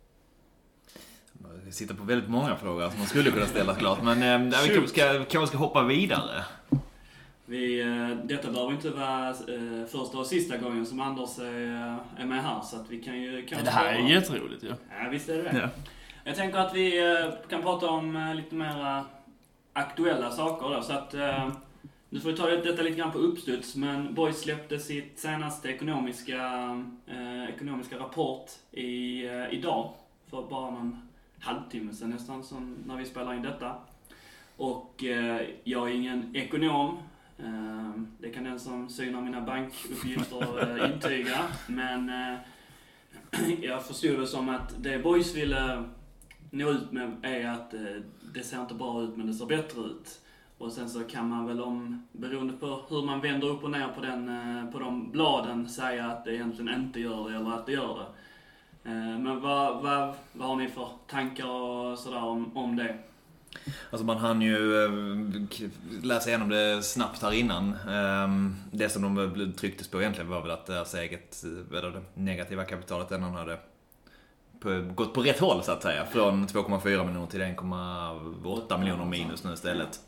Jag sitter på väldigt många frågor som man skulle kunna ställa klart. Men uh, vi kanske ska, kanske ska hoppa vidare. Vi, detta behöver inte vara eh, första och sista gången som Anders är, är med här, så att vi kan ju... Kan det här är jätteroligt, ja. Ja, visst är det det. Ja. Jag tänker att vi eh, kan prata om eh, lite mer aktuella saker då, så att eh, nu får vi ta detta lite grann på uppstuds, men Boys släppte sitt senaste ekonomiska, eh, ekonomiska rapport i, eh, idag, för bara någon halvtimme sedan nästan, som när vi spelar in detta. Och eh, jag är ingen ekonom. Det kan den som synar mina bankuppgifter intyga, men jag förstod det som att det Boys ville nå ut med är att det ser inte bra ut, men det ser bättre ut. Och sen så kan man väl, om beroende på hur man vänder upp och ner på, den, på de bladen, säga att det egentligen inte gör det eller att det gör det. Men vad, vad, vad har ni för tankar och sådär om, om det? Alltså man hann ju läsa igenom det snabbt här innan. Det som de trycktes på egentligen var väl att deras eget, eller det negativa kapitalet ändå hade gått på rätt håll så att säga. Från två komma fyra miljoner till en komma åtta miljoner minus nu istället.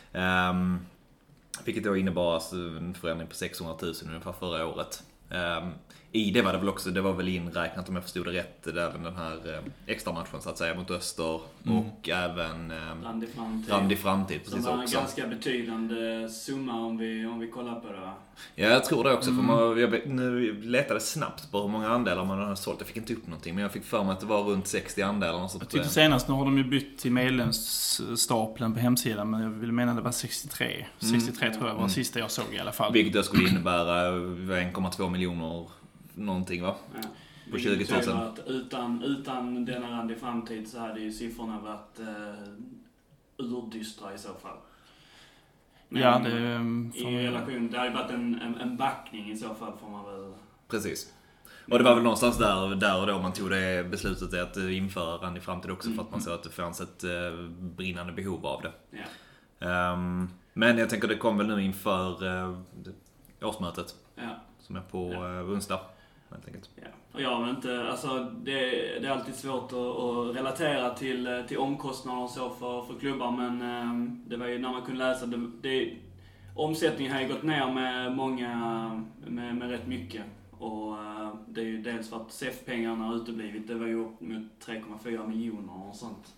Vilket då innebar en förändring på sexhundratusen ungefär förra året. I det var det väl också, det var väl inräknat, om jag förstod det rätt, även den här extra matchen så att säga mot Öster mm. och även Rand i framtid. Rand i framtid precis, som var en också. Ganska betydande summa om vi, om vi kollar på det. Ja, jag tror det också. Mm. För man, jag, nu letade snabbt på hur många andelar man har sålt. Jag fick inte upp någonting, men jag fick för mig att det var runt sextio andelar. Jag tyckte senast, nu har de ju bytt till medlemsstapeln på hemsidan, men jag vill mena det var sextiotre. sextiotre mm. tror jag var mm. sista jag såg i alla fall. Vilket det skulle innebära en komma två miljoner någonting, va? Ja. På tjugo tusen. Att utan, utan denna Rand i framtid så hade ju siffrorna varit uh, urdystra i så fall. Men ja, det... I relation, det hade ju varit en, en, en backning i så fall, får man väl... Precis. Och det var väl någonstans där, där och då man tog det beslutet att införa Rand i framtid också, för att man såg att det fanns ett uh, brinnande behov av det. Ja. Um, men jag tänker det kom väl nu inför uh, årsmötet. Ja. som är på ja. uh, onsdag. Helt enkelt. Ja. Och jag vet inte, alltså det, det är alltid svårt att, att relatera till, till omkostnader och så för, för klubbar, men eh, det var ju när man kunde läsa det, det omsättningen har ju gått ner med många, med, med rätt mycket. Och uh, det är ju dels för att C E F-pengarna har uteblivit, det var ju upp mot tre komma fyra miljoner och sånt.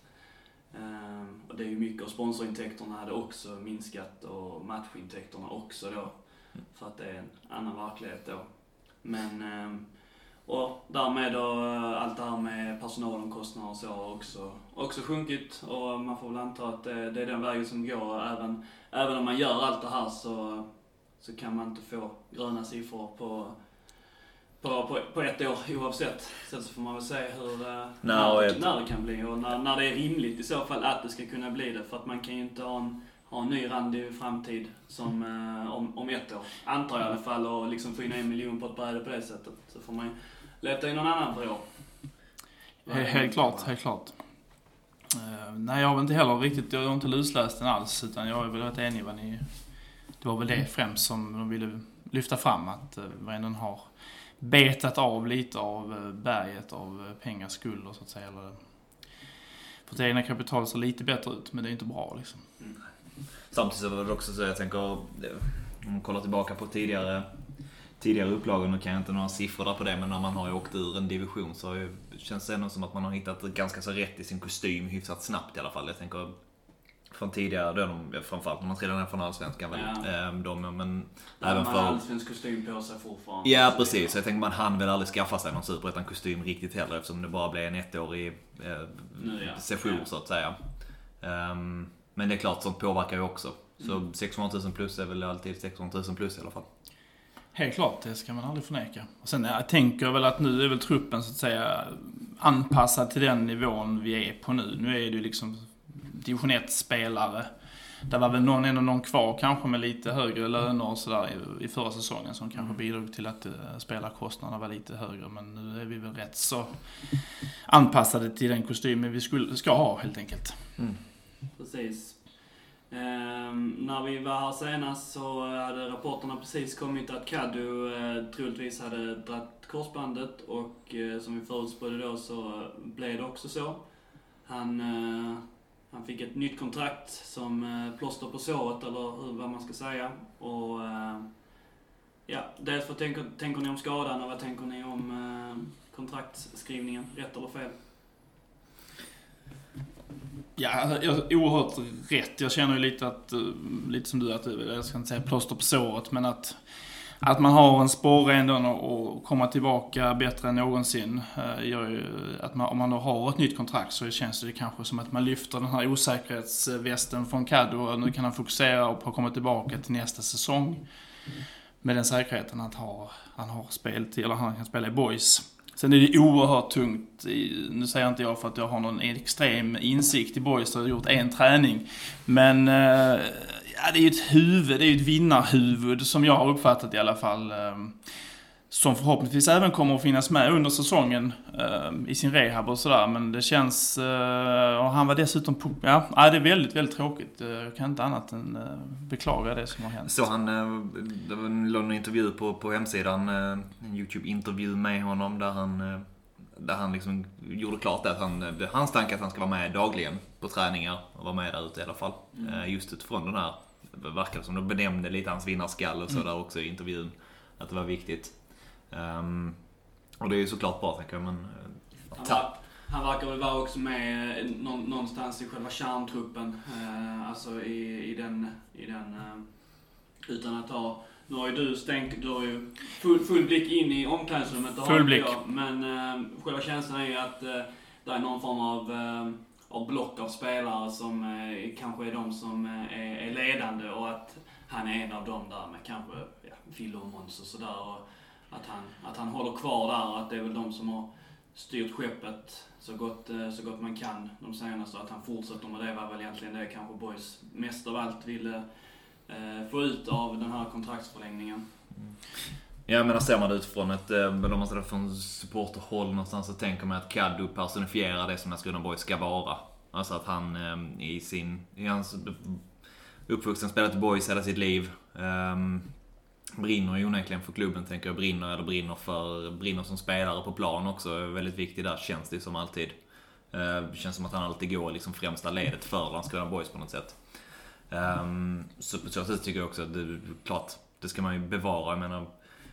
Uh, och det är ju mycket, och sponsorintäkterna hade också minskat och matchintäkterna också då. För att det är en annan verklighet då. Men, uh, och därmed då allt det här med personalomkostnader och så har också, också sjunkit. Och man får väl anta att det, det är den vägen som går. Även, även om man gör allt det här så, så kan man inte få gröna siffror på På, på, på ett år oavsett. Sen så får man väl se hur, no, när, det, när det kan bli och när, när det är rimligt i så fall att det ska kunna bli det. För att man kan ju inte ha en, ha en ny Randy framtid som, eh, om, om ett år. Antar jag i alla fall, och liksom få in en miljon på ett bräde på det sättet. Så får man ju leta in någon annan per år. Helt, helt klart, helt klart. Uh, nej, jag har inte heller riktigt, jag har inte lusläst den alls, utan jag är väl rätt enig vad ni, det var väl det främst som de ville lyfta fram, att uh, Bränden har betat av lite av berget av pengar, skulder så att säga, eller för att egna kapital ser lite bättre ut, men det är inte bra liksom. Mm. Samtidigt så var det också så, jag tänker, om man kollar tillbaka på tidigare tidigare upplagor, nu kan jag inte några siffror där på det, men när man har ju åkt ur en division så ju, känns det ändå som att man har hittat ganska så rätt i sin kostym hyfsat snabbt i alla fall. Jag tänker från tidigare, då de, framförallt när man trillar ner från allsvenskan väl, ja. de, men ja, även man för har allsvensk kostym på sig fortfarande. Ja, precis. Så jag tänker man hann väl aldrig skaffa sig någon superettan kostym riktigt heller, eftersom det bara blev en ettårig eh, nu, ja. session ja. så att säga. Um, men det är klart, sånt påverkar ju också. Så mm. sexhundratusen plus är väl alltid sexhundratusen plus i alla fall. Helt klart, det ska man aldrig förneka. Och sen jag tänker väl att nu är väl truppen så att säga anpassad till den nivån vi är på nu. Nu är det ju liksom division ett-spelare. Det var väl någon, en och någon kvar kanske med lite högre löner och sådär i, i förra säsongen som kanske bidrog till att uh, spelarkostnaderna var lite högre. Men nu är vi väl rätt så anpassade till den kostymen vi skulle, ska ha helt enkelt. Mm. Precis. Ehm, när vi var här senast så hade rapporterna precis kommit att Kadu eh, troligtvis hade dratt korsbandet, och eh, som vi förutspådde då så blev det också så. Han, eh, han fick ett nytt kontrakt som eh, plåster på såret, eller hur, vad man ska säga. Och eh, ja, dels vad tänker, tänker ni om skadan och vad tänker ni om eh, kontraktsskrivningen, rätt eller fel? Ja, jag, oerhört rätt. Jag känner ju lite att, lite som du, att jag ska inte säga plåster på såret, men att, att man har en sporre ändå och komma tillbaka bättre än någonsin gör ju att man, om man då har ett nytt kontrakt så känns det kanske som att man lyfter den här osäkerhetsvästen från Kadu, och nu kan han fokusera på att komma tillbaka till nästa säsong med den säkerheten att ha, han har spel till, eller han kan spela i boys. Sen är det oerhört tungt, nu säger inte jag för att jag har någon extrem insikt i boys och har gjort en träning, men ja, det är ju ett huvud, det är ju ett vinnarhuvud som jag har uppfattat i alla fall, som förhoppningsvis även kommer att finnas med under säsongen i sin rehab och sådär, men det känns, och han var dessutom på, ja, det är väldigt, väldigt tråkigt. Jag kan inte annat än beklaga det som har hänt. Så han, det var en intervju på, på hemsidan, en YouTube-intervju med honom där han, där han liksom gjorde klart att han, hans tanke att han ska vara med dagligen på träningar och vara med där ute i alla fall. Mm. Just utifrån den här, det verkade som de benämnde lite hans vinnarskall och så mm. där också i intervjun, att det var viktigt. Um, och det är ju såklart bra, tänker jag, men han, var, han verkar väl vara också med någonstans i själva kärntruppen, uh, alltså i, i den, i den uh, utan att ha, nu har ju du stängt, du har ju full, full blick in i omklädningsrummet, full blick. Jag, men uh, själva känslan är ju att uh, det är någon form av, uh, av block av spelare som uh, kanske är de som uh, är, är ledande, och att han är en av dem där med kanske ja, Fille och Måns och sådär, och Att han, att han håller kvar där, och att det är väl de som har styrt skeppet så gott, så gott man kan de senaste, att han fortsätter med det var väl egentligen det kanske boys mest av allt ville eh, få ut av den här kontraktsförlängningen. Mm. Ja, men ser man det utifrån ett, om man ser det från supporterhåll någonstans, så tänker man att Kadu personifierar det som Landskrona Boys ska vara. Alltså att han i sin, i hans uppvuxen spelat i boys hela sitt liv, um, brinner ju onekligen för klubben, tänker jag. Brinner eller brinner för brinner som spelare på plan också. Är väldigt viktig där, känns det som alltid. Det känns som att han alltid går liksom främsta ledet för Landskrona Boys på något sätt. Um, så på så sätt tycker jag också att det, klart, det ska man ju bevara. Jag menar,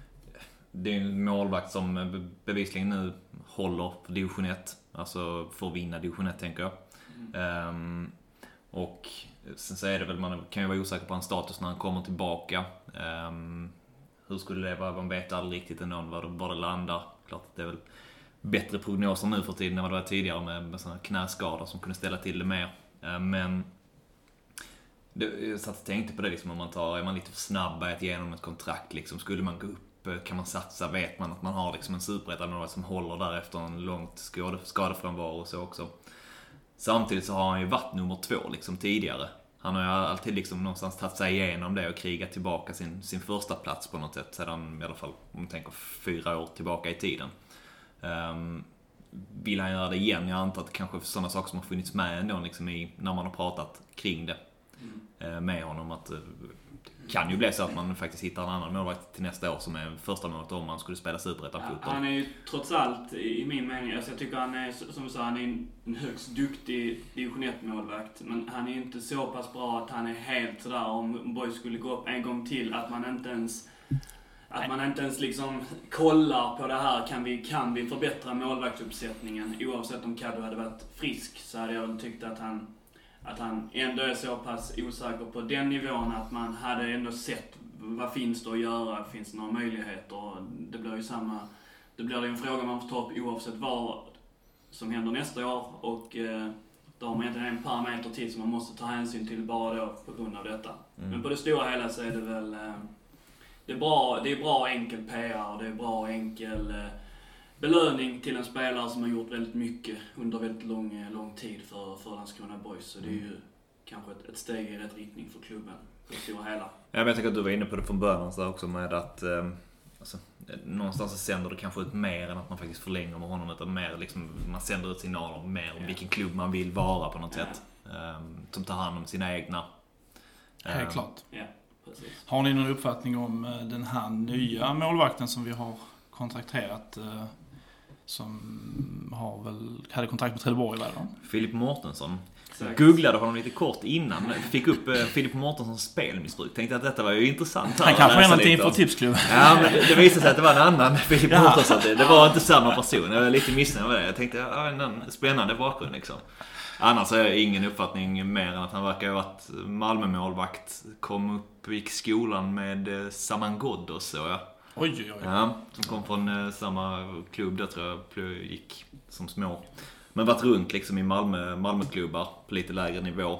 det är en målvakt som bevisligen nu håller på division ett. Alltså får vinna division ett, tänker jag. Mm. Um, och sen så är det väl, man kan ju vara osäker på hans status när han kommer tillbaka. Um, hur skulle det vara? Man vet aldrig riktigt än var, var det landar. Klart att det är väl bättre prognoser nu för tiden än vad det var tidigare med, med sådana knäskador som kunde ställa till det mer. Uh, men det, jag satt och tänkte på det liksom, om man tar, är man lite för snabb att genom ett kontrakt liksom, skulle man gå upp, kan man satsa, vet man att man har liksom en superettan som håller där efter en långt skade, skadefrånvaro och så också. Samtidigt så har han ju varit nummer två liksom tidigare. Han har ju alltid liksom någonstans tagit sig igenom det och krigat tillbaka sin, sin första plats på något sätt. Sedan i alla fall, om man tänker fyra år tillbaka i tiden. Um, vill han göra det igen? Jag antar att kanske sådana saker som har funnits med ändå liksom i, när man har pratat kring det mm. uh, med honom. Att uh, det kan ju bli så att man faktiskt hittar en annan målvakt till nästa år som är första målet om man skulle spela superettan-fotboll. Han är ju trots allt, i min mening, alltså jag tycker han är, som du sa, han är en högst duktig division ett-målvakt. Men han är ju inte så pass bra att han är helt sådär, om Boys skulle gå upp en gång till, att man inte ens att man inte ens liksom kollar på det här, kan vi, kan vi förbättra målvaktsuppsättningen. Oavsett om Kaddo hade varit frisk så hade jag tyckt att han att han ändå är så pass osäker på den nivån att man hade ändå sett vad finns det att göra, finns det några möjligheter. Det blir ju samma, det blir en fråga man får ta upp oavsett vad som händer nästa år, och eh, då har man egentligen en parameter till som man måste ta hänsyn till bara då på grund av detta. Mm. Men på det stora hela så är det väl eh, det är bra, det är bra enkel P R, det är bra enkel eh, belöning till en spelare som har gjort väldigt mycket under väldigt lång, lång tid för, för Landskrona Boys. Så det är ju kanske ett, ett steg i rätt riktning för klubben på det stora hela. Ja, men jag tycker att du var inne på det från början så också med att eh, alltså, någonstans så sänder det kanske ut mer än att man faktiskt förlänger med honom, utan mer liksom, man sänder ut signaler mer om ja. vilken klubb man vill vara på något ja. sätt. Eh, som tar hand om sina egna. Eh, Helt klart. Ja, precis. Har ni någon uppfattning om den här nya målvakten som vi har kontrakterat, eh, som har väl, hade kontrakt med Trelleborg, vad är det? Filip Mårtensson. Exakt. Googlade honom lite kort innan. Fick upp eh, Filip Mårtenssons spelmissbruk. Tänkte att detta var ju intressant. Han kanske är någonting för tipsklubben. Ja, men det, det visade sig att det var en annan Filip ja. Mårtensson. Det, det var inte samma person. Jag var lite missnöjd med det. Jag tänkte, ja, en spännande bakgrund liksom. Annars har jag ingen uppfattning mer än att han verkar ha varit Malmö-målvakt. Kom upp, gick skolan med eh, Saman Ghoddos, så jag. Oj, oj, oj. Ja, som kom från eh, samma klubb där, tror jag gick som små. Men varit runt liksom i Malmö, Malmöklubbar på lite lägre nivå.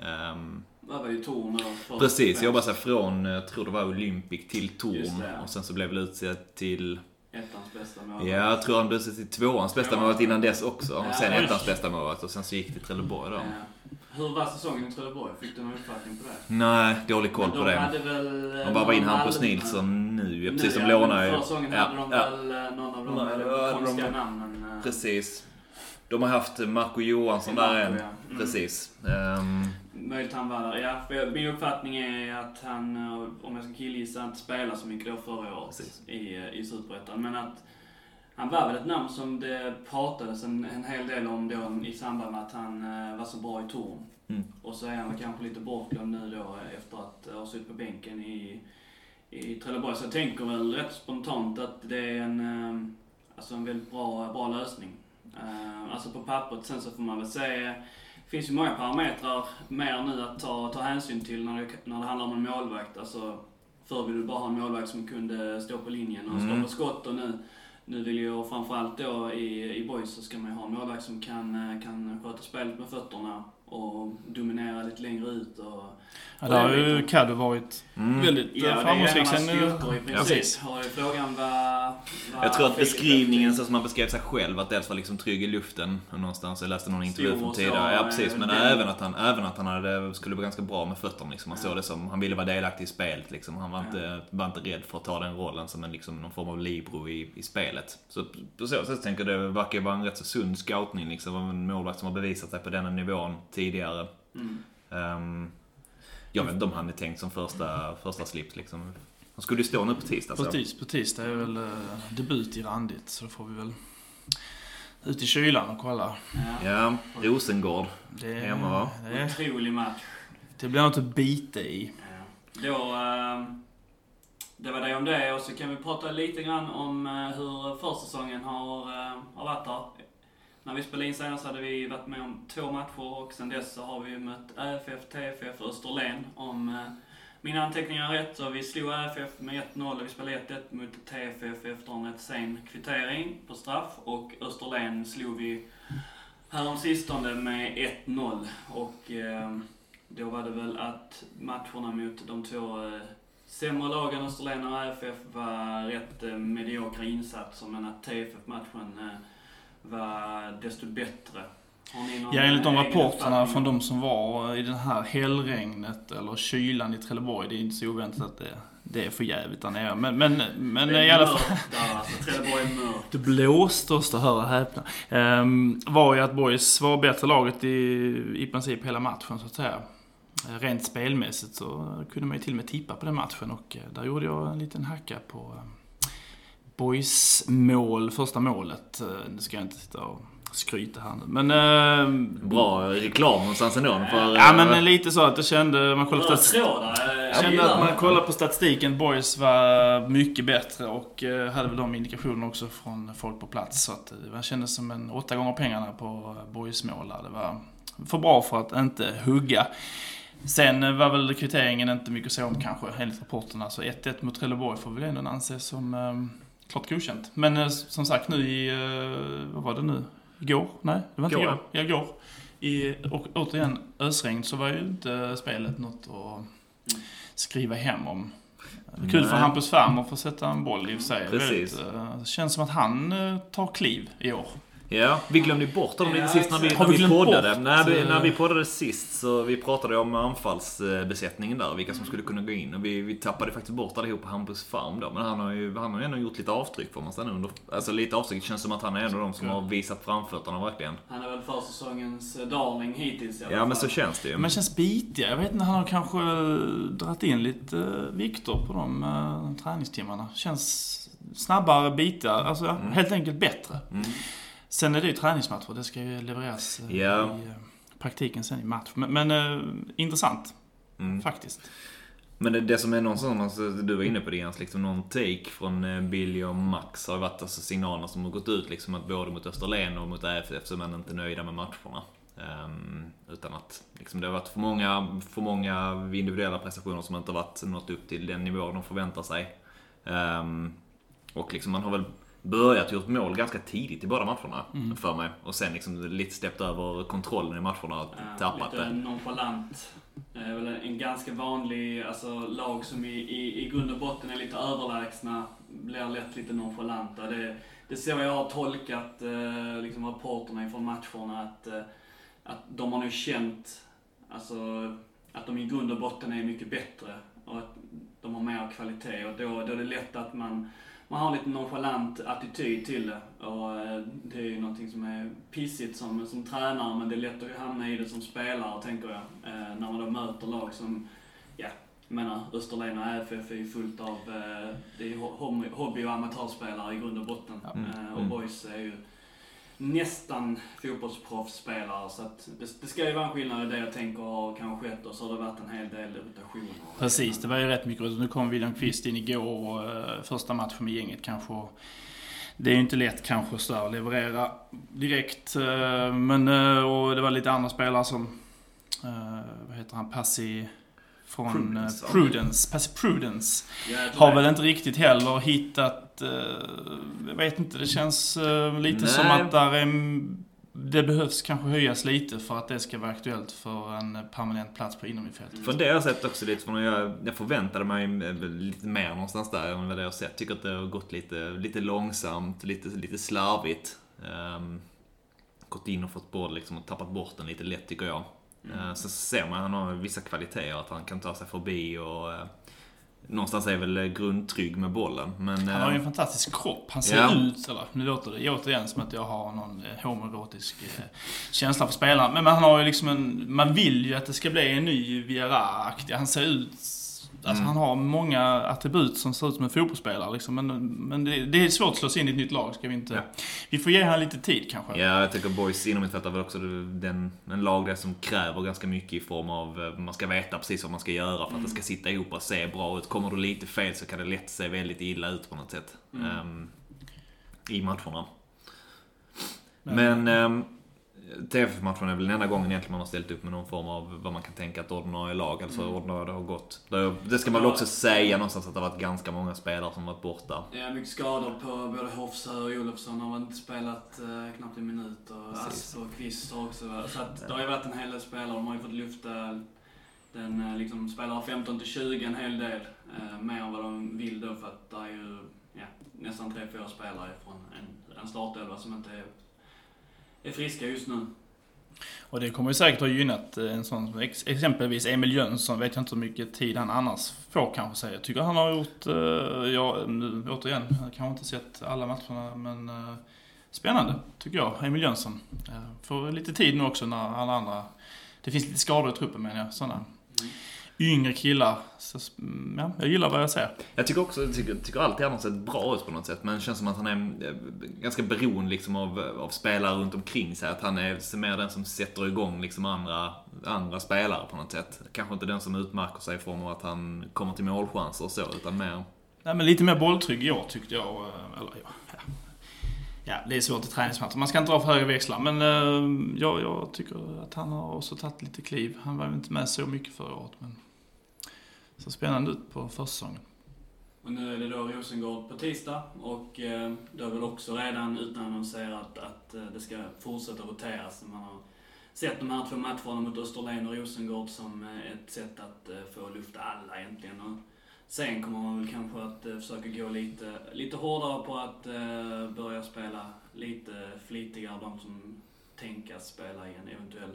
Um, det var ju Torn. Precis, jag jobbade sig från, jag tror det var Olympic till Torn. Och sen så blev det utsett till ettans bästa mål. Ja, jag tror han blev utsett till tvåans bästa mål innan dess också. Och sen ja, ettans bästa mål. Och sen så gick det till Trelleborg då. Ja. Hur var säsongen i Trelleborg? Fick du någon uppfattning på det? Nej, dålig koll på det. De bara var in Hampus Nilsson nu. Ja, precis som ja, lånar ju. Förra säsongen hade de ja. väl någon av de Nej, konstiga de... namnen. Precis. De har haft Marco Johansson där än. Ja. Mm. Precis. Um... Möjligt han var där. Ja, för min uppfattning är att han, om jag ska killgissa, inte spelar så mycket då förra året i, i Superettan. Men att han var väl ett namn som det pratades en, en hel del om då i samband med att han uh, var så bra i Torn. Mm. Och så är han kanske lite bortglömd nu då efter att ha suttit på bänken i, i Trelleborg. Så jag tänker väl rätt spontant att det är en, uh, alltså en väldigt bra, bra lösning. Uh, alltså på pappret. Sen så får man väl säga, det finns ju många parametrar mer nu att ta, ta hänsyn till när det, när det handlar om en målvakt. Alltså, förr ville du bara ha en målvakt som kunde stå på linjen och mm. stå på skott, och nu, nu vill ju framförallt då i, i Boys så ska man ju ha en målvakt som kan, kan sköta spelet med fötterna och dominera lite längre ut. Och, ja, det har ju Kaddo varit mm. väldigt ja, framgångsrik sen nu. Ja, precis. Har ju frågan var, var jag tror att beskrivningen så som man beskrev sig själv, att dels var liksom trygg i luften någonstans. Jag läste någon intervju från tidigare. Ja, precis. Men den, även att han, även att han hade, skulle vara ganska bra med fötterna. Liksom. Man ja. såg det som, han ville vara delaktig i spelet. Liksom. Han var, ja. inte, var inte rädd för att ta den rollen som en, liksom, någon form av libero i, i spelet. Så på så sätt tänker jag det verkar vara en rätt så sund scoutning. Liksom, av en målvakt som har bevisat sig på denna nivån tidigare. Mm. Um, jag vet inte om han är tänkt som första, första slips liksom. Han skulle ju stå nu på tisdag. På, tis, på tisdag är väl uh, debut i randigt, så då får vi väl ut i kylan och kolla. Ja, ja Rosengård. Det är hemma, va? Det är en otrolig match. Det blir något att bita i. Ja. Då, uh, det var det om det, och så kan vi prata lite grann om uh, hur försäsongen har, uh, har varit här. När vi spelade in senast hade vi varit med om två matcher, och sen dess så har vi mött Ä F F, T F F och Österlen. Om uh, mina anteckningar är rätt så vi slog Ä F F med ett noll och vi spelade ett ett mot T F F efter en rätt sen kvittering på straff, och Österlen slog vi härom sistone med ett noll, och uh, då var det väl att matcherna mot de två uh, sämre lagen, Österlen och Ä F F, var rätt uh, mediokra insatser, men att T F F-matchen uh, var desto bättre. Ja, enligt de rapporterna från de som var i den här hellregnet eller kylan i Trelleborg, det är inte så oväntat att det, det är för jävligt där nere. Men, men, men i alla fall... Där, alltså, Trelleborg är mörkt. Det blåste oss att höra häpna. Um, var ju att Boys var bättre laget i, i princip hela matchen, så att säga. Rent spelmässigt så kunde man ju till och med tippa på den matchen, och där gjorde jag en liten hacka på Boys mål, första målet. Det ska jag inte sitta och skryta här nu. Men, äh, bra reklam någonstans ändå. För, ja, men lite så att jag kände, man kollade, stati- kände att man kollade på statistiken. Boys var mycket bättre, och äh, hade väl de indikationer också från folk på plats. Så att det kändes som en åtta gånger pengarna på Boys mål. Det var för bra för att inte hugga. Sen var väl kvitteringen inte mycket så om kanske, enligt rapporterna. Så ett ett mot Trelleborg får väl ändå anses som äh, klart godkänt. Men äh, som sagt nu i, äh, vad var det nu? Igår? Nej, det var inte igår. Jag går. I, och återigen ösregn, så var ju inte spelet något att skriva hem om. Kul för Hampus Farmer för att sätta en boll i sig. Precis. Det känns som att han tar kliv i år. Ja, vi glömde bort dem lite ja, sist när vi, när vi, vi poddade. När vi, när vi poddade sist så vi pratade om anfallsbesättningen där, vilka som skulle kunna gå in. Och vi, vi tappade faktiskt bort allihop på Hampus Farm då. Men han har ju han har ändå gjort lite avtryck för man sedan under. Alltså lite avtryck, känns som att han är en av de som har visat framfötterna verkligen. Han är väl försäsongens darling hittills i alla Ja, fall. men så känns det ju. Men känns bitiga. Jag vet inte, han har kanske dratt in lite Viktor på de uh, träningstimmarna. Känns snabbare, bitiga. Alltså mm. helt enkelt bättre. Mm. Sen är det ju träningsmatcher, det ska ju levereras ja. i praktiken sen i match. Men, men äh, intressant, mm. faktiskt. Men det, det som är någon sån, alltså, du var inne på det Jens, liksom någon take från eh, Billy och Max har varit alltså, signaler som har gått ut liksom, att både mot Österlen och mot Ä F F så är man inte nöjda med matcherna. Um, utan att liksom, det har varit för många, för många individuella prestationer som inte har varit nått upp till den nivå de förväntar sig. Um, och liksom, man har väl börjat gjort mål ganska tidigt i båda matcherna mm. för mig. Och sen liksom lite steppt över kontrollen i matcherna och ja, tappat lite det. nonchalant. Det är väl en ganska vanlig alltså, lag som i, i, i grund och botten är lite överlägsna. Blir lätt lite nonchalanta. Det, det är så jag har tolkat eh, liksom rapporterna ifrån matcherna. Att, eh, att de har nu känt alltså, att de i grund och botten är mycket bättre. Och att de har mer kvalitet. Och då, då är det lätt att man Man har lite nonchalant attityd till det, och det är ju någonting som är pissigt som, som tränare, men det är lätt att hamna i det som spelare, tänker jag. Eh, när man då möter lag som, ja, jag menar, Österlen och Ä F F är ju fullt av eh, det är hobby- och amatörspelare i grund och botten. Mm. Eh, och Boys är ju nästan fotbollsproffsspelare, så att det, det ska ju vara en skillnad i det jag tänker har kanske skett, och så har det varit en hel del rotationer. Precis, det var ju rätt mycket. Nu kom William Kvist in igår och uh, första matchen med gänget kanske. Det är ju inte lätt kanske så att leverera direkt, uh, men uh, och det var lite andra spelare som uh, vad heter han, Passi från Prudence, uh, Prudence. Passi Prudence har väl inte riktigt heller hittat, uh, jag vet inte, det känns uh, lite Nej. som att där är, det behövs kanske höjas lite för att det ska vara aktuellt för en permanent plats på inomhusfältet. För det har jag sett också lite, för jag, jag förväntade mig lite mer någonstans där än vad det jag har sett. Tycker att det har gått lite, lite långsamt, lite, lite slarvigt. Um, gått in och fått boll liksom, och tappat bort den lite lätt, tycker jag. Mm. Uh, så ser man att han har vissa kvaliteter, att han kan ta sig förbi och uh, någonstans är väl grundtrygg med bollen. Men, han har ju en fantastisk kropp. Han ser ja. ut, eller nu låter det återigen som att jag har någon homoerotisk eh, känsla för spelaren. Men, men han har ju liksom en, man vill ju att det ska bli en ny Vieira-aktig. Han ser ut Alltså, mm. han har många attribut som ser ut som en fotbollsspelare. Liksom. Men, men det, det är svårt att slå sig in i ett nytt lag. Ska vi inte... Ja. Vi får ge han lite tid kanske. Ja, jag tycker Boys inom mitt fält är väl också den, en lag där som kräver ganska mycket i form av... Man ska veta precis vad man ska göra för att mm. det ska sitta ihop och se bra ut. Kommer du lite fel så kan det lätt se väldigt illa ut på något sätt. Mm. Um, I matcherna. Men... Men um, T F F-matchen är väl den enda gången egentligen man har ställt upp med någon form av vad man kan tänka att ordinarie lag, alltså mm. ordinarie har gått. Det ska man väl också säga någonstans att det har varit ganska många spelare som varit borta. Ja, mycket skador på både Hofsö och Olofsson har inte spelat eh, knappt en minut och Asp och Kvist också. Så att det har ju varit en hel del spelare, de har ju fått lyfta den liksom spelare femton till tjugo en hel del eh, mer än vad de vill då för att det är ju ja, nästan tre fyra spelare från en, en startelva som inte är är friska just nu. Och det kommer ju säkert ha gynnat en sån ex- exempelvis Emil Jönsson, vet jag inte hur mycket tid han annars får kanske säga. Jag tycker han har gjort, uh, ja, nu, återigen, jag kan inte sett alla matcherna, men uh, spännande tycker jag, Emil Jönsson. Uh, får lite tid nu också när alla andra, det finns lite skador i truppen menar jag, sådana. Mm. Yngre killar, så, ja, jag gillar vad jag ser. Jag tycker också, jag tycker, tycker alltid han har sett bra ut på något sätt, men det känns som att han är ganska beroende liksom av, av spelare runt omkring sig, att han är mer den som sätter igång liksom andra, andra spelare på något sätt. Kanske inte den som utmärker sig i form av att han kommer till målchanser och så, utan mer... Nej, men lite mer bolltrygg jag tyckte jag, eller ja, ja. Ja, det är svårt i träningsmatcher. Man ska inte dra för höga växlar, men uh, ja, jag tycker att han har också tagit lite kliv. Han var ju inte med så mycket förra året, men så spännande ut på försäsongen. Och nu är det då Rosengård på tisdag och eh, det har väl också redan utannonserat att eh, det ska fortsätta roteras. Man har sett de här två matcherna mot Österlen och Rosengård som eh, ett sätt att eh, få lufta alla egentligen. Och sen kommer man väl kanske att eh, försöka gå lite, lite hårdare på att eh, börja spela lite flitigare de som tänkas spela i en eventuell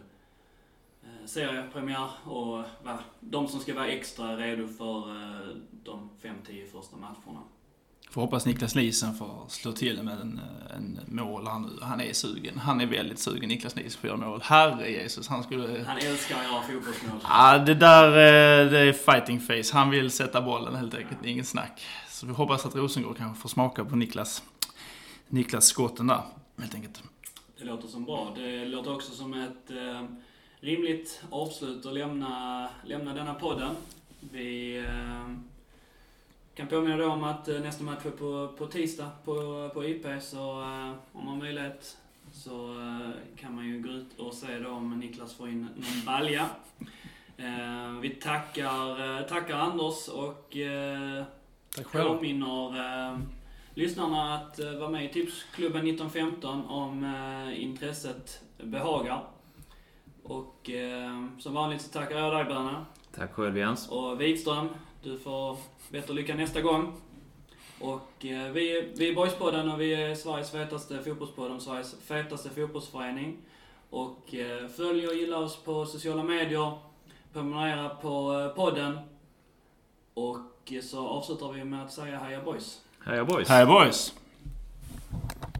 seriepremiär och va, de som ska vara extra redo för uh, de fem tio första matcherna. Får hoppas Niklas Nielsen får slå till med en, en mål här nu. Han är sugen. Han är väldigt sugen, Niklas Nielsen, för att göra mål. Herre Jesus, han skulle... Han älskar att göra fotbollsmål. Ja, det där det är fighting face. Han vill sätta bollen helt enkelt. Ja. Ingen snack. Så vi hoppas att Rosengård kanske får smaka på Niklas, Niklas skotten där, helt enkelt. Det låter som bra. Det låter också som ett... Uh, rimligt avslut och lämna, lämna denna podden. Vi eh, kan påminna då om att eh, nästa match är på, på tisdag på, på I P, så eh, om man har möjlighet så eh, kan man ju gå ut och se då om Niklas får in någon balja. Eh, vi tackar, eh, tackar Anders och eh, påminner eh, lyssnarna att eh, vara med i Tipsklubben nitton femton om eh, intresset behagar. Och eh, som vanligt så tackar jag dig, Berna. Tack själv, Jens. Och Wikström, du får bättre lycka nästa gång. Och eh, vi, vi är Boyspodden och vi är Sveriges fetaste fotbollspodden, Sveriges fetaste fotbollsförening. Och eh, följ och gilla oss på sociala medier, prenumerera på eh, podden. Och eh, så avslutar vi med att säga heja boys. Heja boys. Heja boys.